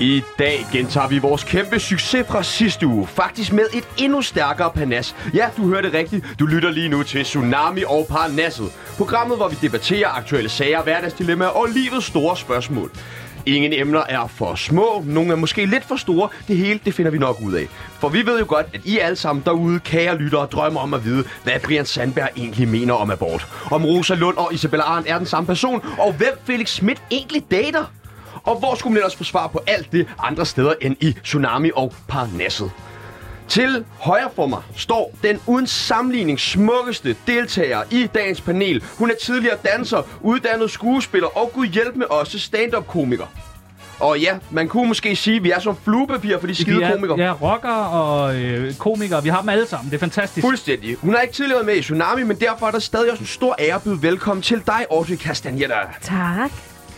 I dag gentager vi vores kæmpe succes fra sidste uge. Faktisk med et endnu stærkere Parnas. Ja, du hørte rigtigt. Du lytter lige nu til Tsunami og Parnasset. Programmet, hvor vi debatterer aktuelle sager, hverdagsdilemmaer og livets store spørgsmål. Ingen emner er for små, nogle er måske lidt for store. Det hele, det finder vi nok ud af. For vi ved jo godt, at I alle sammen derude, kære lyttere, drømmer om at vide, hvad Brian Sandberg egentlig mener om abort. Om Rosa Lund og Isabella Arendt er den samme person, og hvem Felix Schmidt egentlig dater. Og hvor skulle man ellers få svar på alt det andre steder end i Tsunami og Parnasset? Til højre for mig står den uden sammenligning smukkeste deltager i dagens panel. Hun er tidligere danser, uddannet skuespiller og gud hjælp med også stand-up-komiker. Og ja, man kunne måske sige, at vi er som fluepapir for de skide komikere. Ja, rocker og komikere. Vi har dem alle sammen. Det er fantastisk. Fuldstændig. Hun har ikke tidligere været med i Tsunami, men derfor er der stadig også en stor ære at byde velkommen til dig, Audrey Castagnetta. Tak.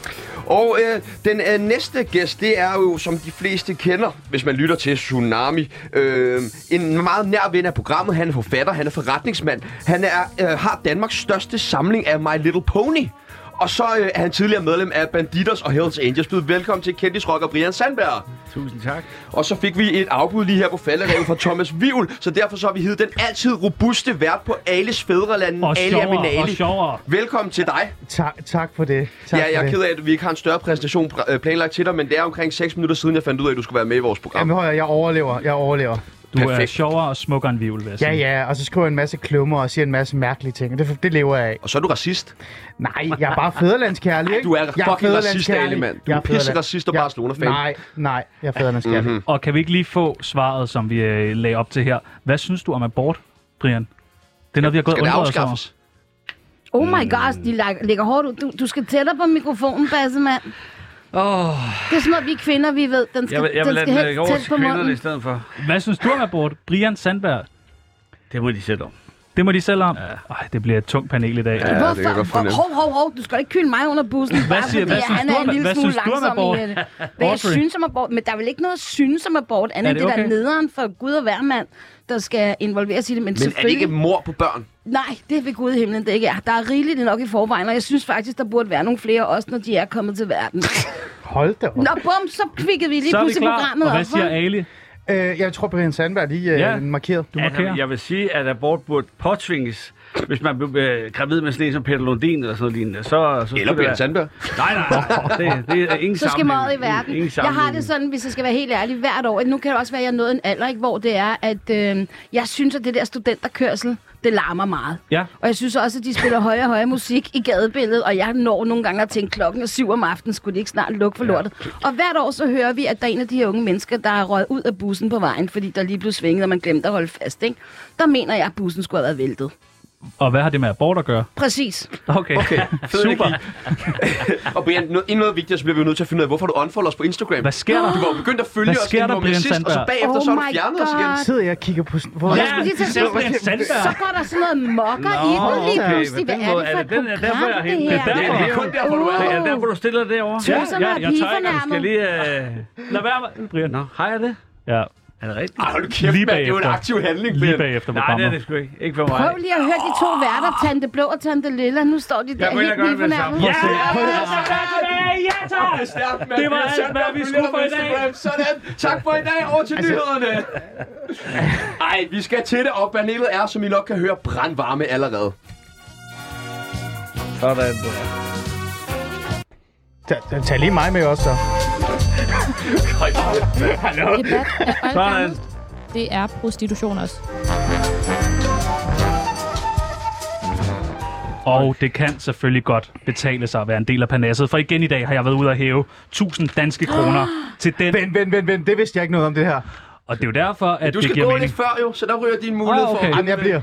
Og den næste gæst, det er jo, som de fleste kender, hvis man lytter til Tsunami, en meget nær ven af programmet. Han er forfatter, han er forretningsmand. Han har Danmarks største samling af My Little Pony. Og så er han tidligere medlem af Bandidos og Hells Angels. Byde velkommen til kendisrocker Brian Sandberg. Tusind tak. Og så fik vi et afbud lige her på faldereven fra Thomas Wivel. Så derfor så har vi hivet den altid robuste vært på Ales fædrelanden, Ali Aminali. Velkommen til dig. Tak for det. Jeg er ked af, at vi ikke har en større præsentation planlagt til dig, men det er omkring 6 minutter siden, jeg fandt ud af, at du skulle være med i vores program. Jamen, jeg overlever. Du er sjovere og smukkere end Wivel, vil jeg sige. Ja, og så skriver jeg en masse klummer og siger en masse mærkelige ting. Det lever jeg af. Og så er du racist? Nej, jeg er bare fædrelandskærlig, ikke? Du er fucking racist, Ali, mand. Du er pisse-racist og Barcelona-fan. Nej, jeg er fædrelandskærlig. Mm-hmm. Og kan vi ikke lige få svaret, som vi lagde op til her? Hvad synes du om abort, Brian? Det er noget, vi har gået undret os over. Oh my god, de ligger hårdt ud. Du skal tættere på mikrofonen, Bassemand. Det er sådan noget, vi kvinder, vi ved. Den skal, jeg vil lade den gå over til kvinderne munden. i stedet for. Hvad synes du om abort, Brian Sandberg? Det må de selv om. Det må de selv om? Ja. Det bliver et tungt panel i dag. Ja, det kan jeg godt fornemme. Hov, du skal ikke kylde mig under bussen. Hvad synes du om abort? Hvad jeg synes om abort? Men der er vel ikke noget at synes om abort, andet det der nederen for Gud og hver mand, der skal involveres i det. Men er det ikke mor på børn? Nej, det er ved Gud i himlen, det ikke er. Der er rigeligt nok i forvejen, og jeg synes faktisk, der burde være nogle flere også, når de er kommet til verden. Hold da op. Nå, bum, så kvikkede vi lige pludselig programmet op. Og hvad siger Ali? Jeg tror, Brian Sandberg lige markeret. Du markerer. Jeg vil sige, at abort burde påtvinges. Hvis man blev gravid med sådan en som Peter Lundin eller sådan noget lignende, så eller Brian Sandberg. Nej. Det er ingen så skal meget i verden. Jeg har det sådan, hvis jeg skal være helt ærlig, hvert år. Nu kan det også være, at jeg er nået en alder, ikke, hvor det er, at jeg synes, at det der studenterkørsel, det larmer meget. Ja. Og jeg synes også, at de spiller højere musik i gadebilledet, og jeg når nogle gange at tænke, klokken er 7 om aftenen, skulle de ikke snart lukke for lortet. Og hvert år så hører vi, at der er en af de her unge mennesker, der er røget ud af bussen på vejen, fordi der lige blev svinget, og man glemte at holde fast. Ikke? Der mener jeg, at bussen skulle have været væltet. Og hvad har det med abort at gøre? Præcis. Okay. Super. Og Brian, noget vigtigt, så bliver vi nødt til at finde ud af, hvorfor du unfolder os på Instagram. Hvad sker der? Du var jo begyndt at følge os inden hvor sidst, og så bagefter så har du fjernet os igen. Sidder jeg og kigger på... Så går der sådan noget mokker i den lige pludselig. Hvad er det for et program, det her? Det er kun derfor, du er her. Derfor, du stiller det derovre. Jeg tør skal lige... Lad være med, Brian. Nå, har jeg det? Ja. Er det rigtigt? Hold kæft, det er jo en aktiv handling, Lige bagefter programmet. Nej, det er det sgu ikke. Ikke for mig. Prøv lige at høre de to værter, Tante Blå og Tante Lilla. Nu står de der helt vildt fornærmet. Ja, tak! Det var alt, hvad vi skulle for i dag. Sådan. Tak for i dag. Over til nyhederne. Ej, vi skal til det, og panelet er, som I nok kan høre, brandvarme allerede. Sådan. Tag lige mig med også, så. Det er prostitution også. Og det kan selvfølgelig godt betale sig at være en del af Parnasset, for igen i dag har jeg været ude at hæve 1000 danske kroner til den. Vent, det vidste jeg ikke noget om det her. Og det er jo derfor, at du skal det giver gå mening. lidt før jo, så der ryger din mulighed for. Jamen, jeg bliver.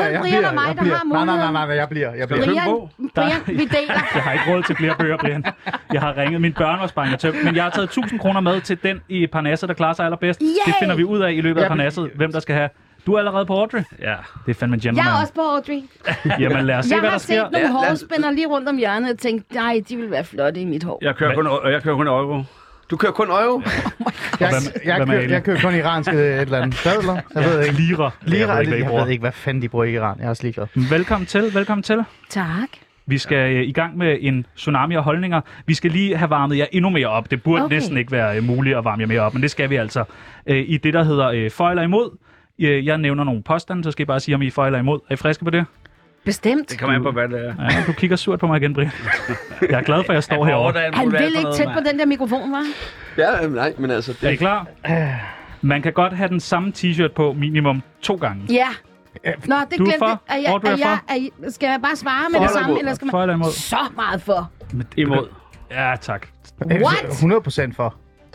Nej, jeg bliver. Brian, vi deler. Jeg har ikke råd til flere bøger, Brian. Jeg har ringet min børneopsparing og tømt, men jeg har taget 1000 kroner med til den i Parnasset, der klarer sig allerbedst. Yay! Det finder vi ud af i løbet af Parnasset, hvem der skal have. Du er allerede på Audrey? Ja. Det er fandme en gentleman. Jeg er også på Audrey. Jamen lad os se, hvad der sker. Jeg har set nogle hårspænder lige rundt om hjørnet og tænkt, nej, de vil være flotte i mit hår. Jeg kører kun euro. Du kører kun euro? Jeg kører kun iranske et eller andet dadler. Jeg ved ikke. Lira. Jeg ved ikke, hvad fanden de bruger i Iran. Jeg er også ligeglad. Velkommen til. Tak. Vi skal i gang med en tsunami af holdninger. Vi skal lige have varmet jer endnu mere op. Det burde næsten ikke være muligt at varme jer mere op, men det skal vi altså. I det, der hedder for eller imod. Jeg nævner nogle påstande, så skal I bare sige, om I er for eller imod. Er I friske på det? Bestemt. Det kommer an på, hvad det er. Ja, du kigger surt på mig igen, Brian. Jeg er glad for, at jeg står herovre. Han vil ikke tæt på den der mikrofon, hva'? Ja, nej, men altså... Det... Er I klar? Man kan godt have den samme t-shirt på minimum 2 gange. Ja. Nå, det Du er glemte for? skal jeg bare svare med det samme, eller skal man... For eller imod? Så meget for. Imod. Ja, tak. What? 100% for.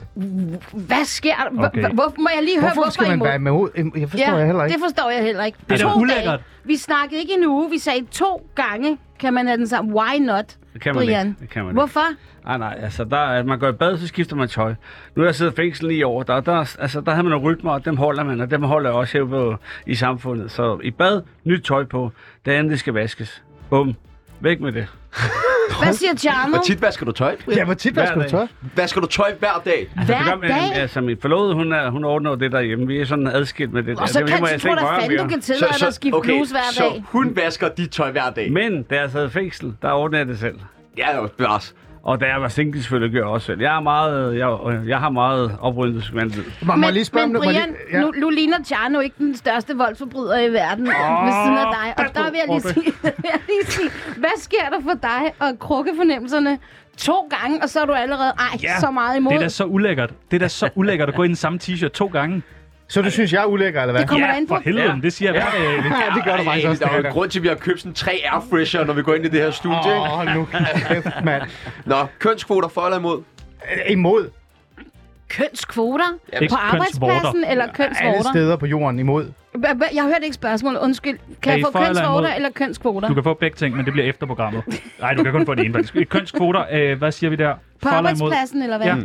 Hvad sker der? Okay. Hvorfor må jeg lige høre, Hvorfor skal man imod? være imod? Jeg forstår jeg heller ikke. Det forstår jeg heller ikke. Det er da 2 ulækkert. dage. Vi snakkede ikke en uge. Vi sagde 2 gange, kan man have den sammen. Why not, Det kan man Brian? ikke. Det kan man Hvorfor? Nej, altså, man går i bad, så skifter man tøj. Nu har jeg siddet i fængsel 9 år, der havde man nogle rytmer, og dem holder man, og dem holder jeg også her i samfundet. Så i bad, nyt tøj på, det andet, det skal vaskes. Bum. Væk med det. Hvad siger Tjerno? Hvor tit vasker du tøj? Ja, hvor tit vasker du tøj? Vasker du tøj hver dag? Hver dag? Altså, min forlovede, hun ordner det derhjemme. Vi er sådan adskilt med det. Og så det kan må du jeg tro, slet ikke der røre fanden, du mere. kan tillade dig at skifte bluse hver dag. Så hun vasker dit tøj hver dag? Men da jeg sad i fængsel, der ordner jeg det selv. Ja, det var bevares. Og da jeg var single, selvfølgelig gør jeg også selv. Jeg har meget oprydende, som man ved. Men Brian, nu ligner Tjerno ikke den største voldsforbryder i verden ved siden af dig. Og der vil jeg lige sige, hvad sker der for dig og krukkefornemmelserne 2 gange, og så er du allerede så meget imod? Det er da så ulækkert. Det er da så ulækkert at gå i den samme t-shirt 2 gange. Så du synes, jeg er ulækker, eller hvad? Det kommer der ind på. for helvede, det siger jeg hver dag. Ja, det gør du faktisk også. Der er jo en grund til, at vi har købt sådan 3 airfresher, når vi går ind i det her studie. Nu kæft, mand. Nå, kønskvoter for eller imod? Imod. Kønskvoter? Ikke På arbejdspladsen eller Alle kønskvoter? steder på jorden imod. Jeg hørte ikke spørgsmålet. Undskyld. Kan Er jeg I få for eller kønskvoter imod? eller kønskvoter? Du kan få begge ting, men det bliver efter programmet. Nej, du kan kun få den ene faktisk. Kønskvoter, hvad siger vi der? På For eller imod? arbejdspladsen, eller hvad? Ja.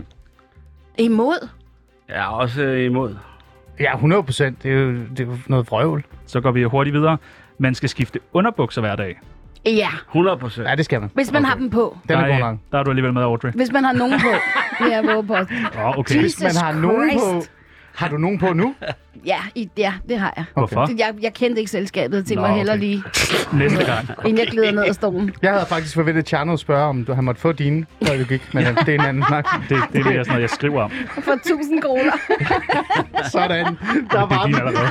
Imod? Jeg er også imod. Ja, 100%. Det er jo noget vrøvl. Så går vi hurtigt videre. Man skal skifte underbukser hver dag. Ja, 100%. Ja, det skal man. hvis man har dem på. Den er god nok. Der er du alligevel med, Audrey. Hvis man har nogen på, vil jeg våge på. Okay. Hvis man har nogen på... Christ. Har du nogen på nu? Ja, det har jeg. Hvorfor? Jeg kendte ikke selskabet til Nå, mig heller okay. lige, Næste gang. inden jeg glider ned af stolen. Jeg havde faktisk forventet Tjerno at spørge, om han måtte få dine, før du gik. Men det er en anden snak. Det er mere sådan noget, jeg skriver om. For 1000 kroner. Sådan. Der Det er var din den. allerede.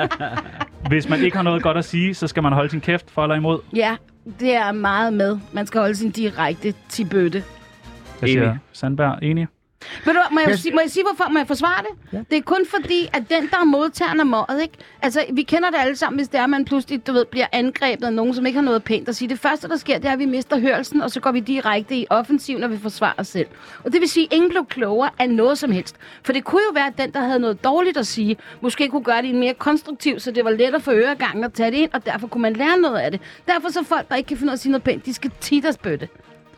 Hvis man ikke har noget godt at sige, så skal man holde sin kæft for eller imod. Ja, det er meget med. Man skal holde sin direkte tibøtte. Jeg siger Sandberg, enig. Ved du, må jeg sige, hvorfor? Må jeg forsvare det? Ja. Det er kun fordi, at den, der er modtageren af måret, ikke? Altså, vi kender det alle sammen, hvis det er, at man pludselig, bliver angrebet af nogen, som ikke har noget pænt at sige. Det første, der sker, det er, at vi mister hørelsen, og så går vi direkte i offensiv, når vi forsvarer os selv. Og det vil sige, at ingen blev klogere af noget som helst. For det kunne jo være, at den, der havde noget dårligt at sige, måske kunne gøre det mere konstruktivt, så det var lettere for øregangen at tage det ind, og derfor kunne man lære noget af det. Derfor så folk, der ikke kan finde ud af at sige noget pænt, de skal tit spytte.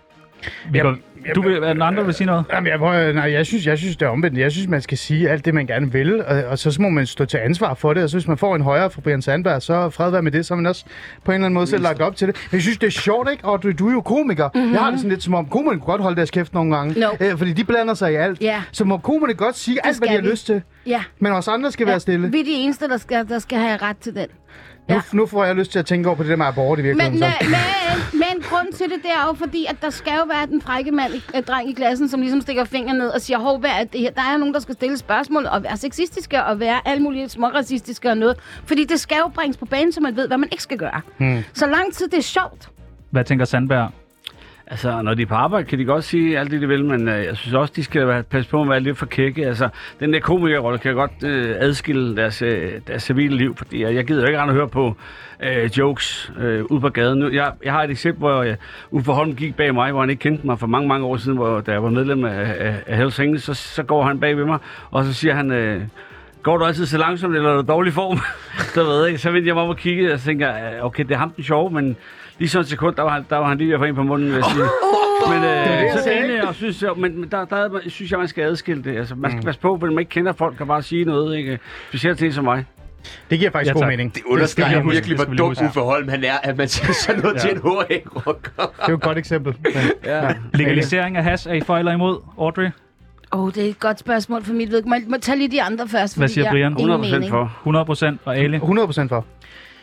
Du vil, er den andre, vil sige noget? Jamen, jeg synes, det er omvendt. Jeg synes, man skal sige alt det, man gerne vil, og så må man stå til ansvar for det. Og så hvis man får en højere fra Brian Sandberg, så fred være med det, så har man også på en eller anden måde selv lagt op til det. Men jeg synes, det er sjovt, ikke? Og du er jo komiker. Mm-hmm. Jeg har det sådan lidt som om, komikerne kunne godt holde deres kæft nogle gange. No. Fordi de blander sig i alt. Yeah. Så må komikerne godt sige alt, hvad de har lyst til. Ja. Men os andre skal være stille. Vi er de eneste, der skal have ret til den. Nu får jeg lyst til at tænke over på det der med abort i virkeligheden. Men grund til det er jo fordi, at der skal jo være den frække dreng i klassen, som ligesom stikker fingeren ned og siger, hov, hvad er det her? Der er nogen, der skal stille spørgsmål og være sexistiske og være alle mulige småracistiske og noget. Fordi det skal jo bringes på banen, så man ved, hvad man ikke skal gøre. Så lang tid, det er sjovt. Hvad tænker Sandberg? Altså, når de er på arbejde, kan de godt sige alt det, de vil, men jeg synes også, de skal passe på at være lidt for kække. Altså, den der komikerrolle kan godt adskille deres civile liv, fordi jeg gider jo ikke at høre på jokes ude på gaden. Nu, jeg har et eksempel, hvor Uffe Holm gik bag mig, hvor han ikke kendte mig for mange, mange år siden, da jeg var medlem af Hells Angels, så går han bag ved mig, og så siger han... Går du altid så langsomt, eller er du dårlig form? Så vendte jeg mig om at kigge, og så tænkte jeg, okay, det er ham den sjove, men lige sådan et sekund, der var han lige ved at få en på munden, vil jeg sige. Men så enig, og synes jeg, men der synes jeg, man skal adskille det. Altså, man skal passe på, fordi man ikke kender folk, kan bare sige noget, ikke? Specielt til som mig. Det giver faktisk god mening. Det understreger virkelig, hvor dum Uffe Holm han er, at man siger sådan noget til en HA-rocker. Det er jo et godt eksempel. Ja. Legalisering af hash, er I for eller imod, Audrey? Det er et godt spørgsmål for mit vedkommende. Må tage lige de andre først. Hvad siger Brian? 100% for. 100% og Ali? 100% for.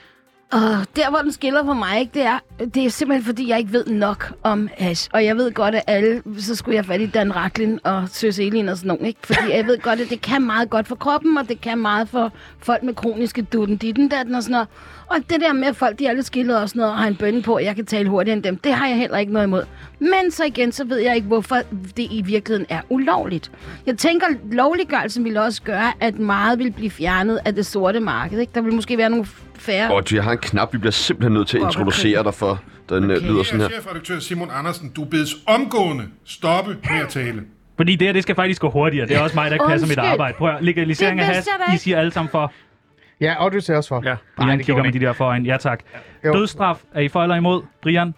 Og der, hvor den skiller for mig, ikke, det er simpelthen, fordi jeg ikke ved nok om hash. Og jeg ved godt, at alle, så skulle jeg fat i Dan Racklin og Søs Elin og sådan noget, ikke? Fordi jeg ved godt, at det kan meget godt for kroppen, og det kan meget for folk med kroniske ditten datten og sådan noget. Og det der med, at folk de er lidt skillet og sådan noget, og har en bønne på, at jeg kan tale hurtigere end dem, det har jeg heller ikke noget imod. Men så igen, så ved jeg ikke, hvorfor det i virkeligheden er ulovligt. Jeg tænker, lovliggørelsen ville også gøre, at meget vil blive fjernet af det sorte marked, ikke? Der vil måske være nogle færre... Jeg har en knap, vi bliver simpelthen nødt til at introducere dig for. Den lyder sådan her. Chefredaktør Simon Andersen, du bedes omgående stoppe med at tale. Fordi det skal faktisk gå hurtigere. Det er også mig, der ikke passer mit arbejde. Prøv at legalisering af hash. I siger alle sammen for. Ja, og du ser også for. Ja. Brian kigger med de der foran. Ja, tak. Jo. Dødsstraf. Er I for eller imod? Brian?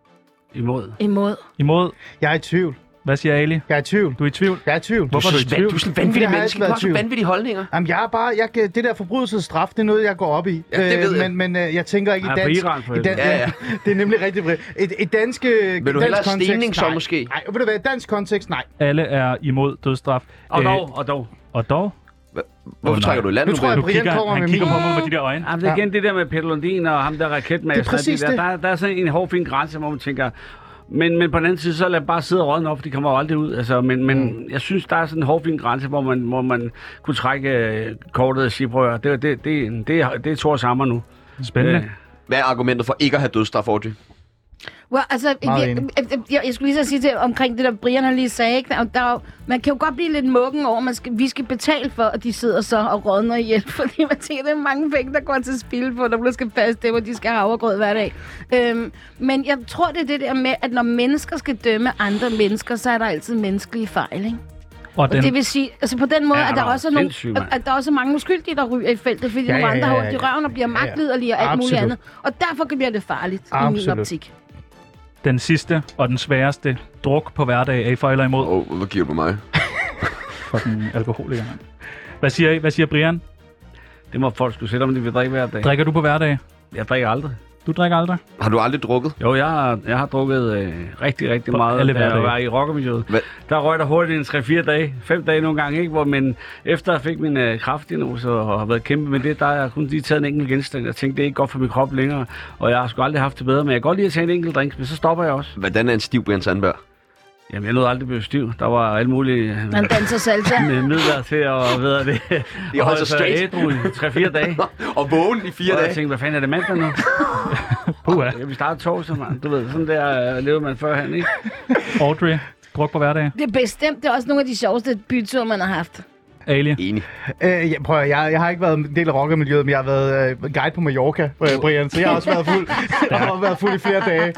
Imod. Jeg er i tvivl. Hvad siger Ali? Jeg er i tvivl. Du er i tvivl? Jeg er i tvivl. Hvorfor er du i tvivl? Du er sådan en vanvittig menneske. Du har så vanvittige holdninger. Jamen, det der forbrydelsesstraf, det er noget, jeg går op i. Ja, det ved jeg. Men jeg tænker ikke i dansk... Ja. Det er nemlig rigtig bredt. Et dansk kontekst... Vil du hellere stening så måske? Nej, ved du hvad? Dansk kontekst, nej. Alle er imod dødsstraf. Og dog? Hvorfor trækker du i land? Nu tror jeg, Brian kommer han kigger på mig med de der øjne. Jamen, det er igen det der med Peter Lundin og ham der raketmaster. Det er præcis det. Der er sådan en hårfin grænse, hvor man tænker... Men på den anden side, så lad bare sidde og rådne op, for de kommer jo aldrig ud. Altså, men jeg synes, der er sådan en hårfin grænse, hvor man kunne trække kortet af siprører. Det er Thor Sammer nu. Spændende. Hvad er argumentet for ikke at have dødsstraf, Audrey? Well, altså, jeg skulle lige så sige til omkring det, der Brian har lige sagde, ikke? Man kan jo godt blive lidt muggen over, vi skal betale for, at de sidder så og rådner ihjel, fordi man tænker, det er mange penge, der går til spil på, der bliver skal passe det, hvor de skal have havregrød hver dag. Men jeg tror, det er det der med, at når mennesker skal dømme andre mennesker, så er der altid menneskelige fejl, ikke? Og det vil sige, altså på den måde, at der også er at der også er mange uskyldige, der ryger i feltet, fordi nogle andre har ondt i røven og bliver magtliderlige og alt muligt andet. Og derfor bliver det farligt i min optik. Den sidste og den sværeste druk på hverdag. Er I for eller imod? Hvad giver du mig? Fucking alkoholiker, mand. Hvad siger Brian? Det må folk skulle sætte, om de vil drikke hver dag. Drikker du på hverdag? Jeg drikker aldrig. Du drikker aldrig? Har du aldrig drukket? Jo, jeg har drukket rigtig meget, da jeg var i rockermiljøet. Der røg der hurtigt en 3-4 dage, 5 dage nogle gange, ikke? Men efter jeg fik min kræftdiagnose og har været kæmpe med det, der har jeg kun lige taget en enkelt genstand. Jeg tænkte, det er ikke godt for min krop længere, og jeg har sgu aldrig haft det bedre, men jeg kan godt lide at tage en enkelt drink, men så stopper jeg også. Hvordan er en stiv Brian Sandberg? Jamen, jeg nåede aldrig blive stiv. Der var alle mulige man danser salsa. Midler til at holde sig straight. 3-4 dage. Og vågen i 4 dage. Jeg tænkte, hvad fanden er det mandag nu? Jeg vil starte torsdag, mand. Du ved, sådan der levede man førhen, ikke? Audrey, druk på hverdag. Det er bestemt. Det er også nogle af de sjoveste byture, man har haft. Ali. Enig. Jeg har ikke været en del af rockermiljøet, men jeg har været guide på Mallorca, Brian, så jeg har også været fuld. Jeg har også været fuld i flere dage.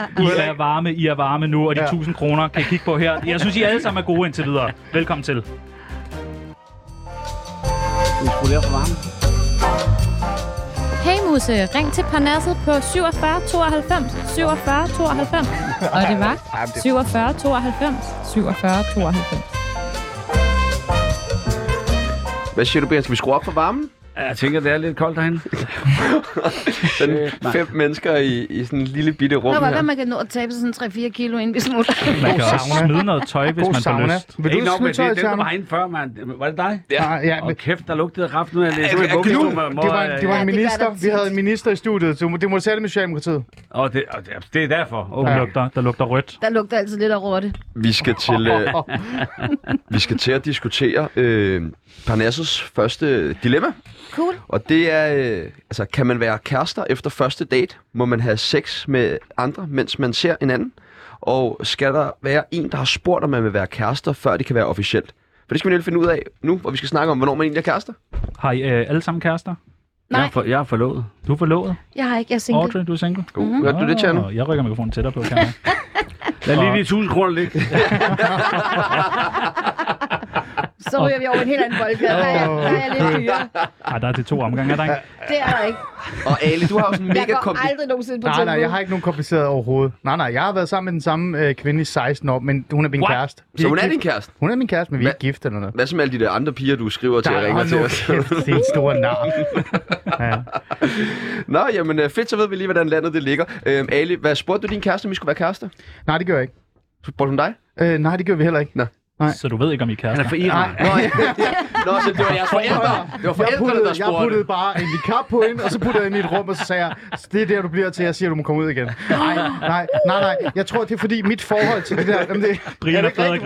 I er varme nu, og de 1000 kroner kan I kigge på her. Jeg synes, I alle sammen er gode indtil videre. Velkommen til. Du skulle for varme. Hey Musse, ring til Parnasset på 47 92 47 92. Og det var 47 92 47 92. Hvad siger du, Brian? Skal vi skrue op for varmen? Jeg tænker, det er lidt koldt derhen. 5 mennesker i sådan en lille bitte rum her. Man kan nå at tabe sådan 3-4 kilo, inden vi smutter. Man kan også smide noget tøj, hvis man får lyst. Vil du smide tøj, det var herinde før, mand. Var det dig? Ja. Og kæft, der lugtede kraft nu. Det var en minister. Vi havde en minister i studiet. Det må sætte med Socialdemokratiet. Og det er derfor. Der lugter rødt. Der lugter altid lidt af rotte. Vi skal til at diskutere Parnassets første dilemma. Cool. Og det er, kan man være kærester efter første date? Må man have sex med andre, mens man ser en anden? Og skal der være en, der har spurgt, om man vil være kærester, før det kan være officielt? For det skal vi nemlig finde ud af nu, hvor vi skal snakke om, hvornår man egentlig er kærester. Har I alle sammen kærester? Nej. Jeg er forlovet. Du er forlovet? Jeg har ikke, jeg er single. Audrey, du er single? Hørte du det, Tjerno? Jeg rykker mikrofonen tættere på, kan jeg. Lad lige de 1000 kroner ligge. Så ryger vi over en helt anden boldgade. Der er lidt dyre. Ej, der er til 2 omgange, er der ikke? Det er der ikke. Og Ali, du har jo sådan mega Jeg går aldrig nogensinde på Nej, jeg har ikke nogen kompliceret overhovedet. Nej, jeg har været sammen med den samme kvinde i 16 år, men hun er min kæreste. Så hun er din kæreste? Hun er min kæreste, men vi er ikke gift eller noget. Hvad så med alle de der andre piger, du skriver til og ringer til os? Det er en stor nar. Ja. Nå, jamen fedt, så ved vi lige, hvordan landet det ligger. Ali, hvad spurgte du din kæreste, om I skulle være kærester? Nej, det gør jeg ikke. Spurgte hun dig? Nej, det gør vi heller ikke. Nå. Nej. Så du ved ikke, om I er kærester? Han er for Iran. Nå, så det var jeres forældre. Det var forældrene, der Jeg spurgte. puttede bare en niqab på ind, og så puttede jeg ind i et rum, og så sagde jeg, det er der, du bliver til, jeg siger, du må komme ud igen. Nej. Jeg tror, det er fordi mit forhold til det der... Jamen, det, Brian og Frederik.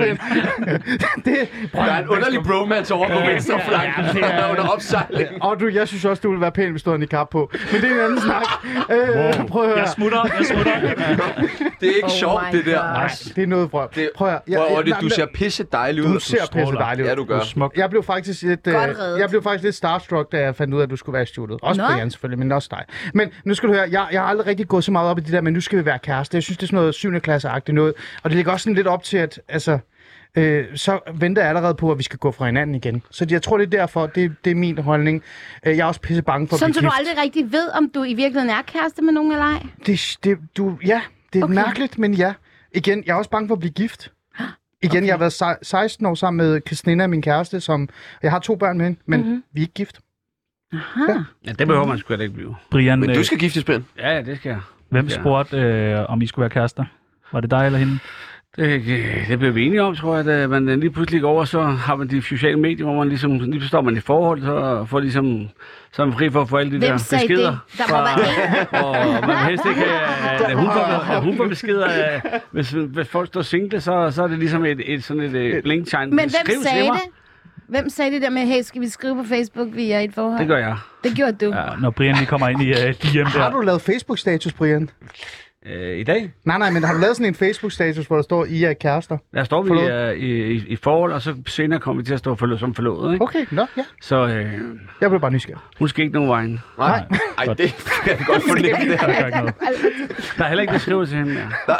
Der er en underlig bromance over på venstreflanken, der er under opsejling. Og du, jeg synes også, du ville være pæn, hvis du havde niqab på. Men det er en anden snak. Prøv at høre. Jeg smutter. Det er ikke sjovt, det der. Nej, det er noget vrøv. Prøv at høre. Du ser pisse dejlig ud. Du ser pisse dejlig ud. Ja, du gør. Jeg blev faktisk lidt starstruck, da jeg fandt ud af, at du skulle være i studiet. Også Brian selvfølgelig, men også dig. Men nu skal du høre, jeg har aldrig rigtig gået så meget op i det der, men nu skal vi være kæreste. Jeg synes, det er sådan noget 7. klasse-agtigt noget. Og det ligger også sådan lidt op til, at altså, så venter jeg allerede på, at vi skal gå fra hinanden igen. Så jeg tror, det er derfor, det er min holdning. Jeg er også pisse bange for at blive gift. Så du aldrig rigtig ved, om du i virkeligheden er kæreste med nogen eller ej? Det er mærkeligt, men ja. Igen, jeg er også bange for at blive gift. Igen, jeg har været 16 år sammen med Christina, min kæreste, som jeg har 2 børn med hende, men vi er ikke gift. Aha. Ja, det behøver man sgu da ikke blive. Brian, Men du skal giftes, Ben. Ja, det skal jeg. Hvem spurgte, om I skulle være kærester? Var det dig eller hende? Det blev vi enige om, tror jeg, at man lige pludselig går over, så har man de sociale medier, hvor man ligesom, lige forstår man i forhold, så får ligesom, så er man fri for at få alle de der beskeder. Det? Der må være og man helst ikke have humperbeskeder. Hvis folk står single, så er det ligesom et sådan et blinktegn. Men hvem sagde det? Hvem sagde det der med, hey, skal vi skrive på Facebook, vi er i et forhold? Det gør jeg. Det gjorde du. Ja, når Brian lige kommer ind i DM der. Har du lavet Facebook-status, Brian? I dag? Nej, men har du lavet sådan en Facebook-status, hvor der står, I er kærester? Der står vi i forhold, og så senere kommer vi til at stå som forlovet, ikke? Okay, ja. Så jeg blev bare nysgerrig. Hun skal ikke nogen vejen. Nej, det kan jeg godt fornemme det her. Der er heller ikke beskrevet til hende mere.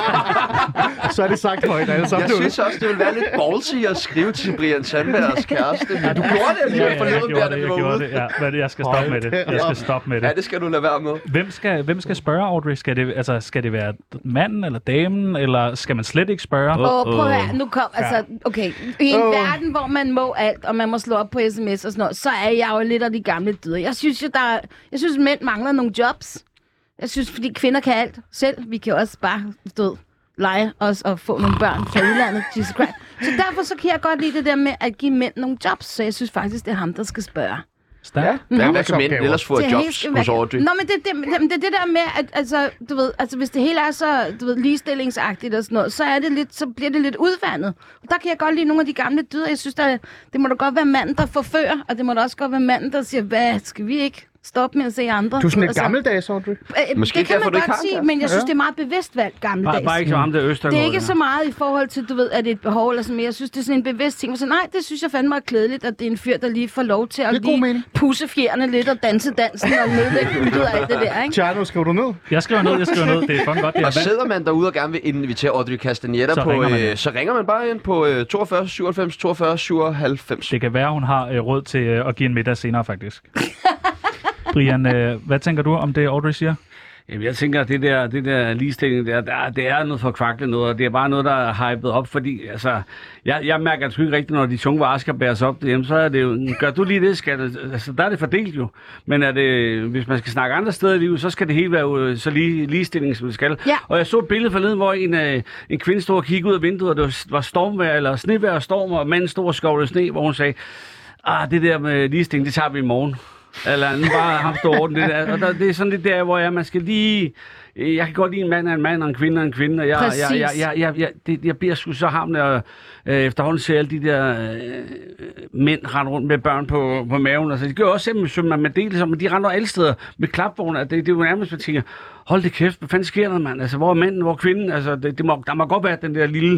Så er det sagt højt, altså. Jeg synes også, det ville være lidt ballsy at skrive til Brian Sandbergs kæreste. Men du gjorde det alligevel forleden der, da vi var ude. Jeg skal stoppe med det. Jeg skal stoppe med det. Ja, det skal du lade være med. Hvem skal spørge, Audrey? Skal det være manden eller damen, eller skal man slet ikke spørge? Prøv her, nu kom, altså, okay. I en verden, hvor man må alt, og man må slå op på sms og sådan noget, så er jeg jo lidt af de gamle dyder. Jeg synes mænd mangler nogle jobs. Jeg synes, fordi kvinder kan alt selv. Vi kan også bare lege os og få nogle børn fra udlandet. Jesus Christ. Så derfor så kan jeg godt lide det der med at give mænd nogle jobs, så jeg synes faktisk, det er ham, der skal spørge. Stærkt. Hvad kan mænd ellers få af jobs hos Audrey? Nå, men det er det der med, at altså, du ved, altså, hvis det hele er så ligestillingsagtigt og sådan noget, så bliver det lidt udvandet. Og der kan jeg godt lide nogle af de gamle dyder. Jeg synes, det må da godt være manden, der forfører, og det må da også godt være manden, der siger, hvad skal vi ikke stoppe med at se andre? Du er sådan lidt gammeldags, Audrey. Måske det kan man godt sige, men jeg synes, det er meget bevidst valgt gammeldags. Bare ikke så ham, der det er ikke så meget i forhold til, du ved, at det er et behov eller sådan, men jeg synes, det er sådan en bevidst ting. Så nej, det synes jeg fandme er klædeligt, at det er en fyr, der lige får lov til at lige pusse fjerne lidt og danse dansen og nedlægge byttet og alt det der, ikke? Tjerno, skriver du ned? Jeg skriver ned. Det er fucking godt. Og sidder man derude og gerne vil invitere Audrey Castaneda så ringer man bare ind på 42 97 42 97. Det kan være, hun har råd til at give en middag senere, faktisk. Brian, hvad tænker du om det, Audrey siger? Jamen, jeg tænker, at det der ligestilling, det er noget forkvaklet noget, og det er bare noget, der er hypet op, fordi altså, jeg mærker det sgu ikke rigtigt, når de tunge varer skal bæres op derhjemme, så er det jo, gør du lige det, skal det, altså, der er det fordelt jo, men er det, hvis man skal snakke andre steder i livet, så skal det hele være så ligestilling, som det skal. Ja. Og jeg så et billede forleden, hvor en kvinde stod og kiggede ud af vinduet, og det var stormvejr, eller snevejr og storm, og manden stod og skovlede sne, hvor hun sagde, det der med ligestilling, det tager vi i morgen. Eller bare ham stå orden det der. Og det er sådan lidt der, hvor man skal lige... Jeg kan godt lide en mand og en mand og en kvinde og en kvinde. Og jeg bliver sgu så hamlet og efterhånden ser alle de der mænd rende rundt med børn på maven. Altså, det gør også simpelthen, som man deler, men de render alle steder med klapvogne. Det er jo nærmest, man tænker, hold det kæft, hvad fanden sker der, mand? Altså, hvor er manden, hvor er kvinden? Altså, der må godt være den der lille...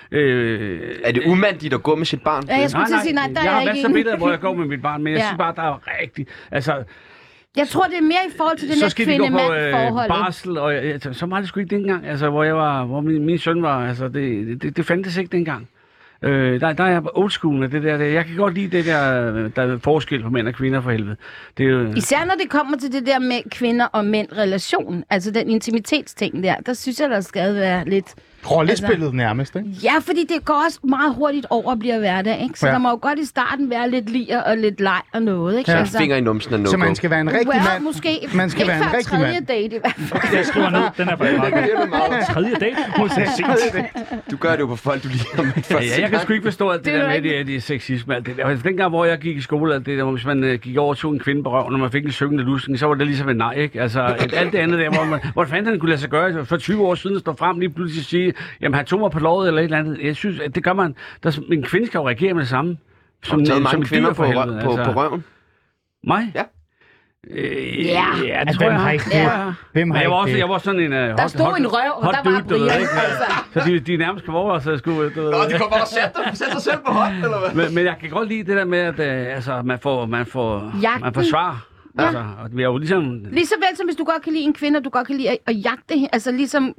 er det umandigt at gå med sit barn? Ja, jeg skulle sige, nej, der jeg er har ikke masser af billeder, hvor jeg går med mit barn, men jeg synes bare, der er rigtig... Altså, jeg tror, det er mere i forhold til den der kvinde-mand-forhold. Barsel, og så meget det sgu ikke dengang, altså, hvor min søn var, altså, det fandtes ikke dengang. Der er jeg old school med det der. Jeg kan godt lide det der er forskel på mænd og kvinder for helvede. Det er jo... Især når det kommer til det der med kvinder og mænd relation, altså den intimitetsting der synes jeg, der skal være lidt Rollespillet nærmest, ikke? Ja, fordi det går også meget hurtigt over at blive hverdag, ikke? Så der må jo godt i starten være lidt lir og lidt leg og noget, ikke? Ja. Finger i numsen er no-go. Så man skal være en rigtig mand. Måske. Man skal være en rigtig mand. Ikke før tredje date i hvert fald. Jeg skriver ned, den er faktisk meget. Tredje date? Du gør det jo på folk, du lige har med første Ja, jeg kan sgu ikke forstå alt det der med det sexisme. Alt det der. Dengang, hvor jeg gik i skole, alt det der, hvis man gik over og tog en kvinde på røven, når man fik en syngende lusning, så var det ligesom et nej, ikke? Altså, alt det andet der, hvor fanden han kunne lade sig gøre for 20 år siden, at stå frem lige pludselig og sige, jamen han tog mig på låret eller et eller andet. Jeg synes, at det gør man. En kvinde skal jo reagere med det samme. Har du taget mange kvinder på røven? Mig? Ja. Ja, det tror jeg. Hvem har ikke det? Jeg var sådan en der stod en røv, og der var Brian. Så de nærmest kom over, så jeg skulle... Nå, de kommer bare og sætte sig selv på hånd, eller hvad? Men jeg kan godt lide det der med, at man får svar. Ja. Altså, og vi er jo ligesom... Ligeså vel som hvis du godt kan lide en kvinde, og du godt kan lide at jagte hende. Altså ligesom...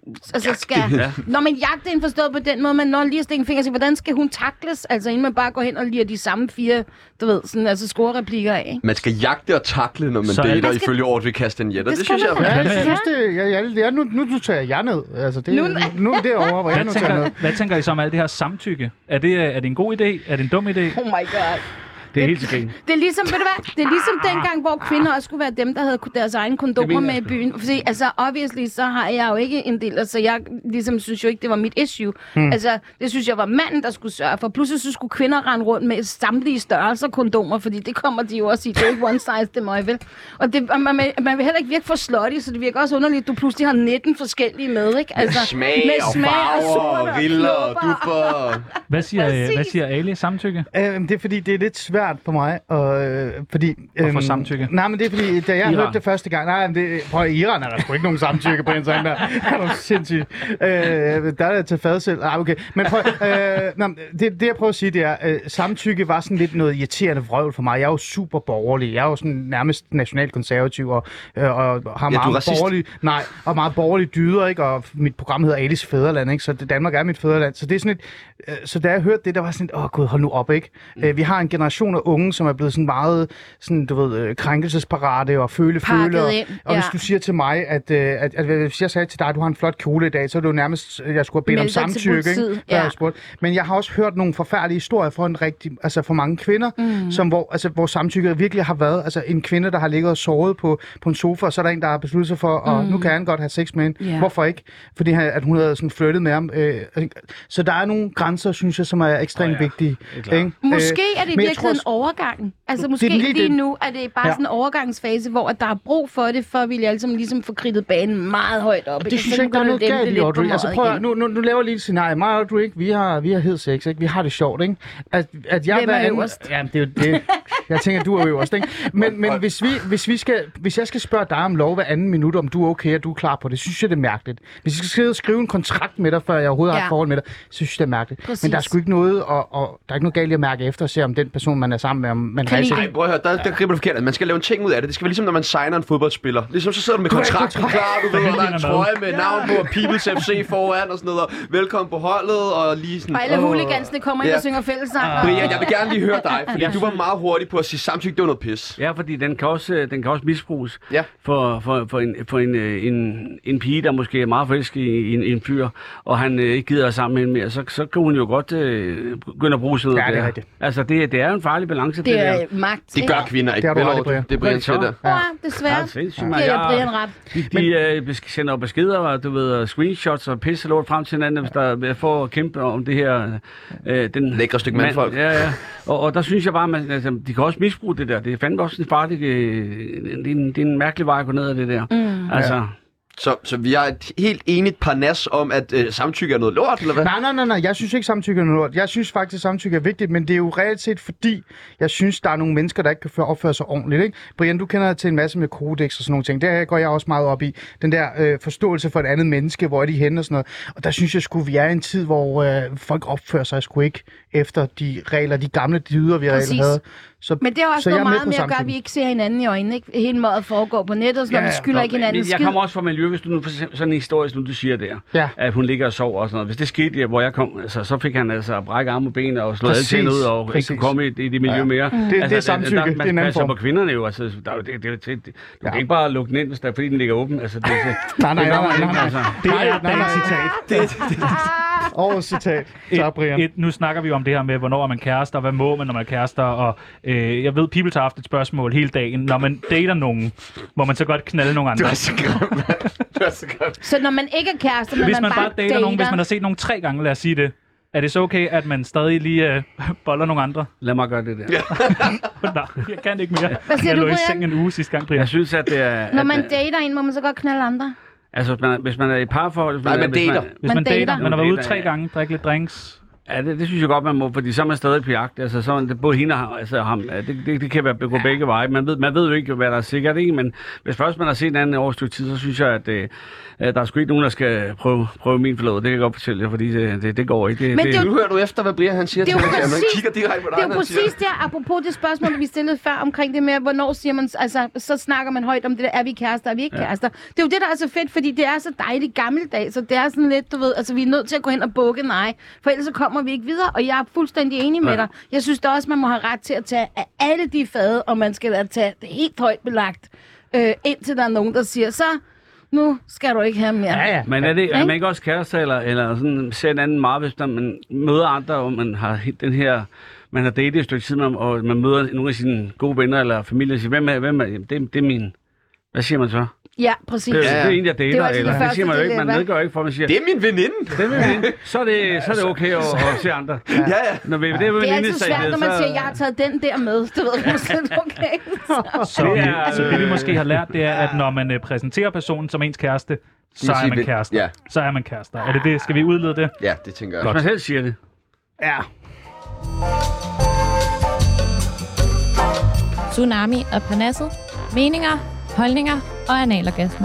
Når man jagter hende forstået på den måde, man når lige at stikke en finger og siger, hvordan skal hun takles? Altså inden man bare går hen og liger de samme 4, du ved, sådan, altså score-replikker af, ikke? Man skal jagte og takle, når man dater ifølge Audrey Castagnetta. Det synes jeg Ja, jeg synes det... Nu tager jeg ned. Altså, det, nu er det over, hvor jeg nu tager ned. Hvad tænker I så om alt det her samtykke? Er det en god idé? Er det en dum idé? Oh my god. Det er helt tilgængeligt. Det er ligesom, ved du hvad? Det er ligesom dengang, hvor kvinder også skulle være dem, der havde deres egne kondomer med i byen. Fordi, altså, obviously, så har jeg jo ikke en del, altså, jeg ligesom synes jo ikke, det var mit issue. Altså, det synes jeg var manden, der skulle sørge for. Pludselig så skulle kvinder rende rundt med samtlige størrelser kondomer, fordi det kommer de jo også i. Det er ikke one size, det må jeg vel. Og man vil heller ikke virke for slutty, så det virker også underligt, at du pludselig har 19 forskellige med, ikke? Altså, med smag og farver og riller og duffer. Hvad siger Ali? Samtykke? Det er fordi, det er lidt svært for mig, fordi... Hvorfor samtykke? Nej, men det er fordi, da jeg hørte det første gang... Prøv, i Iran er der sgu ikke nogen samtykke på en sådan der. Er du sindssygt? Der er det til fadsel. Okay. Men prøv, det jeg prøver at sige, det er, samtykke var sådan lidt noget irriterende vrøvl for mig. Jeg er jo super borgerlig. Jeg er jo sådan nærmest nationalkonservativ og har meget borgerlig... Nej, og meget borgerlig dyder, ikke? Og mit program hedder Alis Fædreland, ikke? Så Danmark er mit fædreland. Så det er sådan så da jeg hørte det, der var sådan gud, hold nu op, ikke? Vi har en generation af unge, som er blevet sådan meget, sådan, du ved, krænkelsesparate og føle. Og hvis du siger til mig, at hvis jeg sagde til dig, at du har en flot kjole i dag, så er det jo nærmest, jeg skulle have bedt om samtykke, ikke? Ja. Men jeg har også hørt nogle forfærdelige historier for mange kvinder, hvor samtykke virkelig har været, altså en kvinde, der har ligget og sovet på en sofa, og så er der en, der har besluttet sig for, og nu kan han godt have sex med hende. Yeah. Hvorfor ikke? Fordi at hun havde sådan flyttet med ham. Så der er nogle grænser, synes jeg, som er ekstremt vigtige. Måske er det virkelig en overgang. Altså måske lige nu er det bare sådan en overgangsfase, hvor der er brug for det, for at vi alle sammen ligesom får kridtet banen meget højt op. Det synes jeg ikke, der er noget galt i, Audrey. Altså prøv nu laver jeg lige et scenarie. Mig og Audrey, vi har hed sex, ikke? Vi har det sjovt, ikke? At jeg hvem er øverst? Ja, det er jo det. Jeg tænker, du er øverst, ikke? Men hvis jeg skal spørge dig om lov hver anden minut, om du er okay, og du er klar på det, synes jeg, det er mærkeligt. Hvis jeg skal skrive en kontrakt med dig, før jeg overhovedet har et forhold med dig, så synes jeg, det er mærkeligt. Præcis. Men der er sgu ikke noget, og der er ikke noget galt i at mærke efter og se, om den person, man er sammen med, om man kan Nej, prøv at høre, der griber du forkert. Man skal lave en ting ud af det. Det skal være ligesom, når man signer en fodboldspiller. Ligesom så sidder du med kontrakten klar, du ved, der er en trøje med navn på, People's FC foran og sådan noget. Velkommen på holdet, og lige sådan... Og alle huligansene kommer ind og synger fællessang. Brian, jeg vil gerne lige høre dig, fordi du var meget hurtig på at sige samtykke, det var noget pis. Ja, fordi den kan også misbruges for en pige, der måske er meget forelsket i en fyr, og han ikke gider at sammen med hende mere, så kan hun jo godt begynde at bruge sådan noget der. Altså, det er en farlig balance. Det er magt. Det gør kvinder ikke. Det er Brian siger der. Desværre. Giver jeg Brian ret. De sender beskeder, du ved, screenshots og pisselort frem til hinanden, hvis der er for at kæmpe om det her... den lækre stykke mandfolk. Ja. Og der synes jeg bare, at de kan også misbruge det der. Det er fandme også en farlig... Det er en mærkelig vej at gå ned af det der. Altså... Ja. Så vi har et helt enigt parnas om, at samtykke er noget lort, eller hvad? Nej. Jeg synes ikke, samtykke er noget lort. Jeg synes faktisk, at samtykke er vigtigt, men det er jo reelt set, fordi jeg synes, der er nogle mennesker, der ikke kan opføre sig ordentligt. Ikke? Brian, du kender til en masse med kodex og sådan nogle ting. Der går jeg også meget op i. Den der forståelse for et andet menneske, hvor er de henne og sådan noget. Og der synes jeg vi er i en tid, hvor folk opfører sig sgu ikke efter de regler, de gamle dyder, vi reelt havde. Men det er også noget meget mere at gøre, at vi ikke ser hinanden i øjnene. Ikke? Hele måde foregår på nettet, så vi skylder ikke hinanden skid. Jeg kommer også fra miljø, hvis du nu sådan en historie, som du siger der, at hun ligger og sover og sådan noget. Hvis det skete, hvor jeg kom, altså, så fik han altså brække arme og ben og slå alle ting ud og ikke kunne komme i det miljø mere. Det er samtykke. Man passer på kvinderne jo. Altså, du kan ikke bare lukke den ind, hvis der, fordi den ligger åben. Altså, nej. Det er dagens citat. Årets citat. Nu snakker vi jo om det her med, hvornår man kærester, og hvad må man, når man er kærester, og jeg ved, People har haft et spørgsmål hele dagen. Når man dater nogen, må man så godt knalde nogle andre. Du er så grim. Så når man ikke er kærester, men hvis man bare dater nogen, hvis man har set nogen 3 gange, lad os sige det, er det så okay, at man stadig lige boller nogle andre? Lad mig gøre det der. Nej, jeg kan ikke mere. Hvad siger jeg du, lå i Brian? seng en uge sidste gang, Brian. Jeg synes, at det er... Når man dater en, må man så godt knalde andre? Altså, hvis man er i parforhold... Nej, man dater. Hvis man dater, dater. man har været ude 3 gange, drikke lidt drinks. Ja, det synes jeg godt, man må, fordi så er man stadig på jagt. Altså, så det, både hende og ham, det kan være gå begge veje. Man ved jo ikke, hvad der er sikkert, ikke? Men hvis først man har set en anden over et stykke tid, så synes jeg, at der er sgu ikke nogen, der skal prøve min forlod. Det kan jeg godt fortælle jer, fordi det går ikke. Nu hører du efter, hvad Brian han siger til mig. Man kigger direkte på dig, det er jo præcis det, apropos det spørgsmål, vi stillede før omkring det med, hvornår siger man, altså, så snakker man højt om det der, er vi kærester, er vi ikke kærester? Det er jo det, der er så fedt, fordi det er så dejligt gammeldags, så det er sådan lidt, du ved, altså vi er nødt til at gå hen og bukke nej, for ellers så kommer vi ikke videre, og jeg er fuldstændig enig med dig. Jeg synes da også, man må have ret til at tage af alle de fade, og man skal tage det helt højt belagt, indtil der er nogen, der siger, så nu skal du ikke have mere. Ja. Men er man ikke også kærester, eller sådan ser en anden meget, hvis man møder andre, og man har den her... Man har datet et stykke tid, og man møder nogle af sine gode venner eller familie, og siger, hvem er det er min... Hvad siger man så? Ja, præcis. Det er en, jeg dater, det eller det siger man jo ikke. Man nedgør ikke, for man siger... Det er min veninde. Så er det okay at se andre. Ja. Når det er altid svært, når man siger, jeg har taget den der med. Du ved, det er okay. Så det vi måske har lært, det er, at når man præsenterer personen som ens kæreste, så er man kærester. Ja. Så er man kærester. Er det det? Skal vi udlede det? Ja, det tænker jeg. Hvis man selv siger det. Ja. Tsunami og Parnasset. Meninger, holdninger og analorgasmer.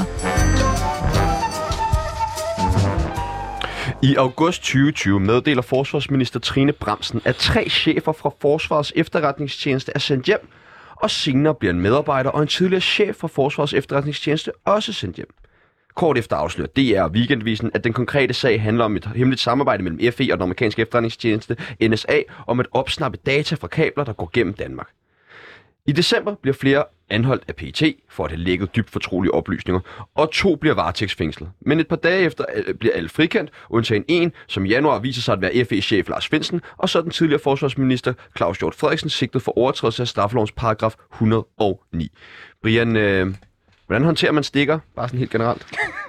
I august 2020 meddeler forsvarsminister Trine Bramsen, at 3 chefer fra Forsvarets efterretningstjeneste er sendt hjem, og senere bliver en medarbejder og en tidligere chef fra Forsvarets efterretningstjeneste også sendt hjem. Kort efter afslører DR og Weekendavisen, at den konkrete sag handler om et hemmeligt samarbejde mellem FE og den amerikanske efterretningstjeneste NSA om at opsnappe data fra kabler, der går gennem Danmark. I december bliver flere anholdt af PET for at have lækket dybt fortrolige oplysninger, og 2 bliver varetægtsfængslet. Men et par dage efter bliver alle frikendt, undtagen en, som i januar viser sig at være FE-chef Lars Findsen, og så den tidligere forsvarsminister Claus Hjort Frederiksen sigtet for overtrædelse af straffelovens paragraf 109. Brian, hvordan håndterer man stikker? Bare sådan helt generelt.